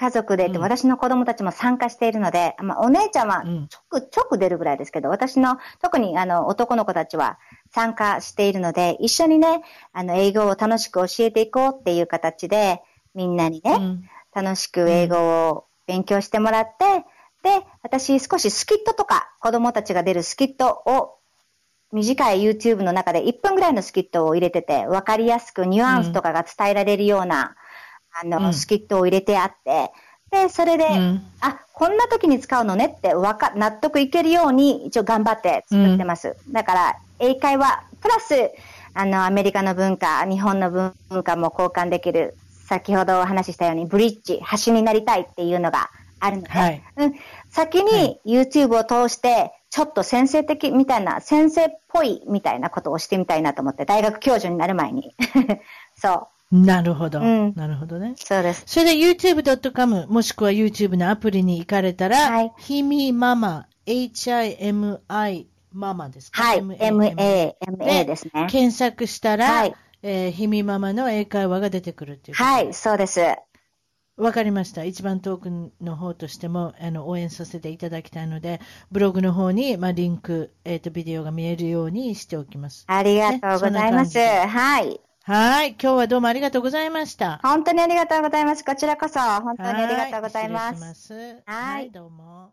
家族で、私の子供たちも参加しているので、お姉ちゃんはちょく出るぐらいですけど、私の特に男の子たちは参加しているので、一緒にね、英語を楽しく教えていこうっていう形で、みんなにね、楽しく英語を勉強してもらって、で、私少しスキットとか、子供たちが出るスキットを、短い YouTube の中で1分ぐらいのスキットを入れてて、わかりやすくニュアンスとかが伝えられるような、スキットを入れてあって、で、それで、こんな時に使うのねって納得いけるように一応頑張って作ってます。だから、英会話、プラス、アメリカの文化、日本の文化も交換できる、先ほどお話ししたように、ブリッジ、橋になりたいっていうのがあるので、先に YouTube を通して、ちょっと先生的みたいな、先生っぽいみたいなことをしてみたいなと思って、大学教授になる前に。そう。 なるほど。なるほどね。 そうです。 それで YouTube.com もしくは YouTube のアプリに行かれたら、ひみママ、HIMI ママですか？ はい。MA ですね。 検索したら、ひみママの英会話が出てくるっていう。 はい、そうです。 わかりました。一番トークの方としても応援させていただきたいので、ブログの方に、リンク、ビデオが見えるようにしておきます。 ありがとうございます。はい。 はい。今日はどうもありがとうございました。 本当にありがとうございます。こちらこそ、本当にありがとうございます。 失礼します。はい、どうも。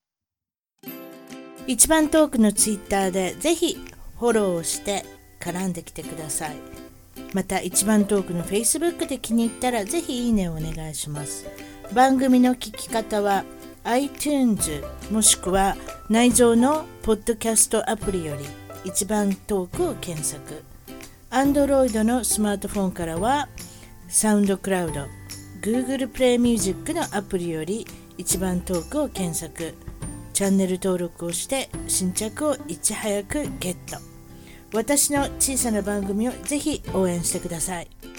一番トークのツイッターでぜひフォローをして絡んできてください。また一番トークの Facebook で気に入ったらぜひいいねをお願いします。番組の聞き方は iTunes もしくは内蔵のポッドキャストアプリより一番トークを検索。Android のスマートフォンからは SoundCloud、Google Play Music のアプリより一番トークを検索。チャンネル登録をして新着をいち早くゲット。私の小さな番組をぜひ応援してください。